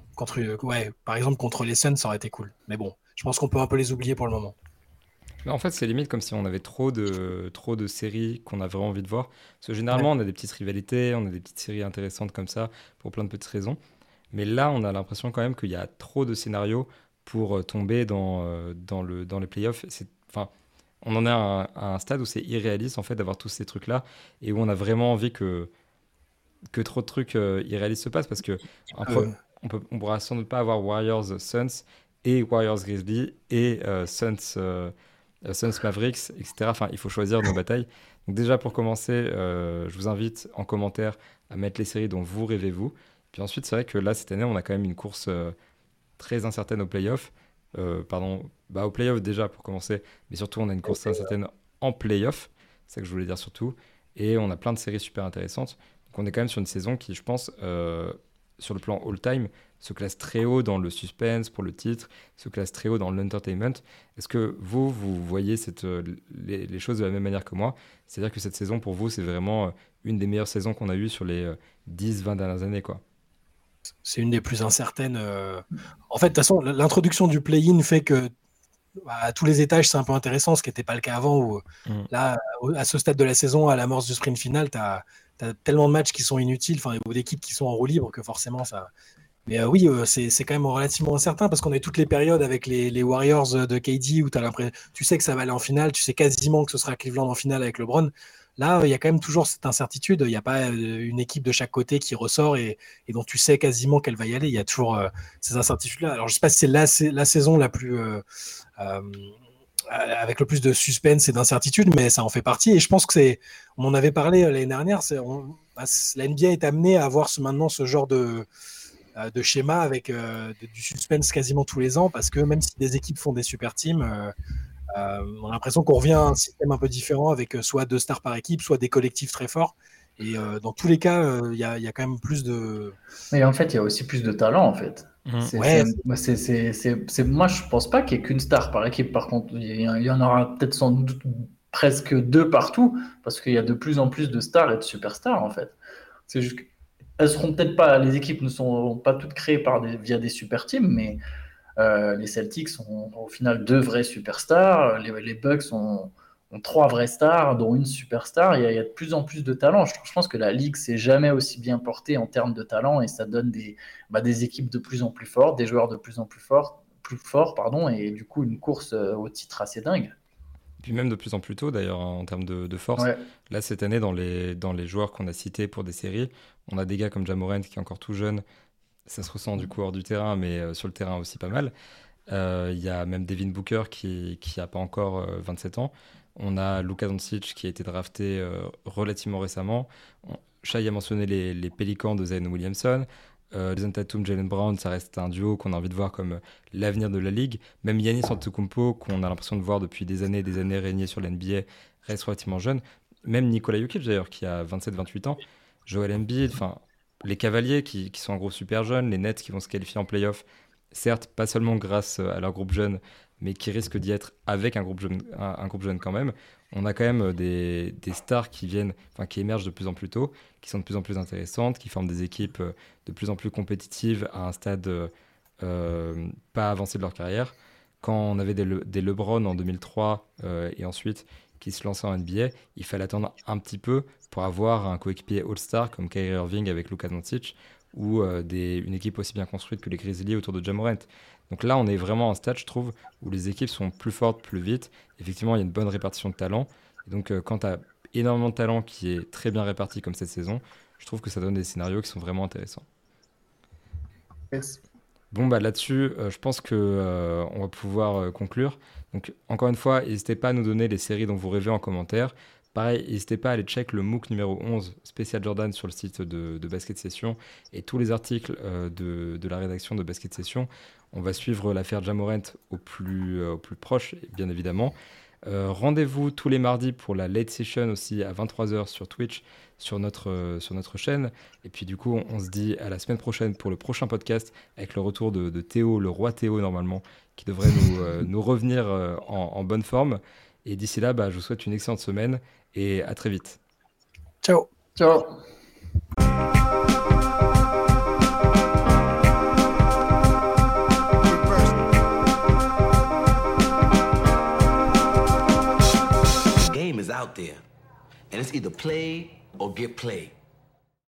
par exemple contre les Suns, ça aurait été cool. Mais bon, je pense qu'on peut un peu les oublier pour le moment. Mais en fait, c'est limite comme si on avait trop de séries qu'on a vraiment envie de voir. Parce que Ouais. généralement, on a des petites rivalités, on a des petites séries intéressantes comme ça, pour plein de petites raisons. Mais là, on a l'impression quand même qu'il y a trop de scénarios pour tomber dans les playoffs. Enfin, on en est à un stade où c'est irréaliste en fait d'avoir tous ces trucs-là et où on a vraiment envie que trop de trucs irréalistes se passent parce que Euh, on pourra sans doute pas avoir Warriors Suns et Warriors Grizzlies et Suns Mavericks, etc. Enfin, il faut choisir nos batailles. Donc déjà pour commencer, je vous invite en commentaire à mettre les séries dont vous rêvez vous. Puis ensuite, c'est vrai que là cette année, on a quand même une course très incertaine aux playoffs. Aux playoffs déjà pour commencer, mais surtout on a une course très incertaine en playoffs. C'est ça que je voulais dire surtout. Et on a plein de séries super intéressantes. Donc on est quand même sur une saison qui, je pense, sur le plan all-time, se classe très haut dans le suspense pour le titre, se classe très haut dans l'entertainment. Est-ce que vous voyez les choses de la même manière que moi? C'est-à-dire que cette saison, pour vous, c'est vraiment une des meilleures saisons qu'on a eues sur les 10-20 dernières années, quoi. c'est une des plus incertaines. En fait, de toute façon, l'introduction du play-in fait que à tous les étages, c'est un peu intéressant, ce qui n'était pas le cas avant. Où, Mm. là, à ce stade de la saison, à l'amorce du sprint final, tu as tellement de matchs qui sont inutiles, ou d'équipes qui sont en roue libre que forcément ça. Mais oui, c'est quand même relativement incertain parce qu'on a eu toutes les périodes avec les Warriors de KD où tu sais que ça va aller en finale, tu sais quasiment que ce sera Cleveland en finale avec LeBron. Là, il y a quand même toujours cette incertitude. Il n'y a pas une équipe de chaque côté qui ressort et dont tu sais quasiment qu'elle va y aller. Il y a toujours ces incertitudes-là. Alors, je ne sais pas si c'est la saison la plus avec le plus de suspense et d'incertitude, mais ça en fait partie. Et je pense que on en avait parlé l'année dernière. La NBA est amenée à avoir maintenant ce genre de schéma avec du suspense quasiment tous les ans parce que même si des équipes font des super teams, on a l'impression qu'on revient à un système un peu différent avec soit 2 stars par équipe, soit des collectifs très forts. Et dans tous les cas, il y a quand même plus de. Mais en fait, il y a aussi plus de talent, en fait. Mm. Ouais, Moi, je pense pas qu'il y ait qu'une star par équipe. Par contre, il y en aura peut-être sans doute presque 2 partout, parce qu'il y a de plus en plus de stars et de superstars, en fait. C'est juste elles seront peut-être pas, les équipes ne sont pas toutes créées via des super teams, mais les Celtics ont au final 2 vrais superstars. Les Bucks ont ont 3 vraies stars, dont une superstar. Il y a de plus en plus de talent. Je pense que la Ligue s'est jamais aussi bien portée en termes de talent et ça donne des équipes de plus en plus fortes, des joueurs de plus en plus forts, et du coup une course au titre assez dingue. Puis même de plus en plus tôt d'ailleurs en termes de force. Ouais. Là cette année dans les joueurs qu'on a cités pour des séries, on a des gars comme Ja Morant qui est encore tout jeune, ça se ressent du coup hors du terrain mais sur le terrain aussi pas mal. Il y a même Devin Booker qui a pas encore 27 ans. On a Luka Doncic qui a été drafté relativement récemment. Shai a mentionné les Pélicans de Zion Williamson. Jason Tatum, Jaylen Brown, ça reste un duo qu'on a envie de voir comme l'avenir de la ligue. Même Giannis Antetokounmpo, qu'on a l'impression de voir depuis des années régner sur l'NBA, reste relativement jeune. Même Nikola Jokic d'ailleurs, qui a 27-28 ans. Joel Embiid, enfin les Cavaliers qui sont en gros super jeunes, les Nets qui vont se qualifier en playoff, certes pas seulement grâce à leur groupe jeune, mais qui risquent d'y être avec un groupe jeune quand même. On a quand même des stars qui émergent de plus en plus tôt, qui sont de plus en plus intéressantes, qui forment des équipes de plus en plus compétitives à un stade pas avancé de leur carrière. Quand on avait des LeBron en 2003 et ensuite qui se lançaient en NBA, il fallait attendre un petit peu pour avoir un coéquipier All-Star comme Kyrie Irving avec Luka Doncic ou une équipe aussi bien construite que les Grizzlies autour de Ja Morant. Donc là, on est vraiment à un stade, je trouve, où les équipes sont plus fortes, plus vite. Effectivement, il y a une bonne répartition de talent. Et donc, quand tu as énormément de talent qui est très bien réparti comme cette saison, je trouve que ça donne des scénarios qui sont vraiment intéressants. Yes. Bon, là-dessus, je pense qu'on va pouvoir conclure. Donc, encore une fois, n'hésitez pas à nous donner les séries dont vous rêvez en commentaire. Pareil, n'hésitez pas à aller check le MOOC numéro 11 spécial Jordan sur le site de Basket Session et tous les articles de la rédaction de Basket Session. On va suivre l'affaire Ja Morant au plus proche, bien évidemment. Rendez-vous tous les mardis pour la late session aussi à 23h sur Twitch, sur notre chaîne. Et puis du coup, on se dit à la semaine prochaine pour le prochain podcast avec le retour de Théo, le roi Théo normalement, qui devrait nous revenir en bonne forme. Et d'ici là, je vous souhaite une excellente semaine et à très vite. Ciao. Ciao. The game is out there, and it's either play or get played.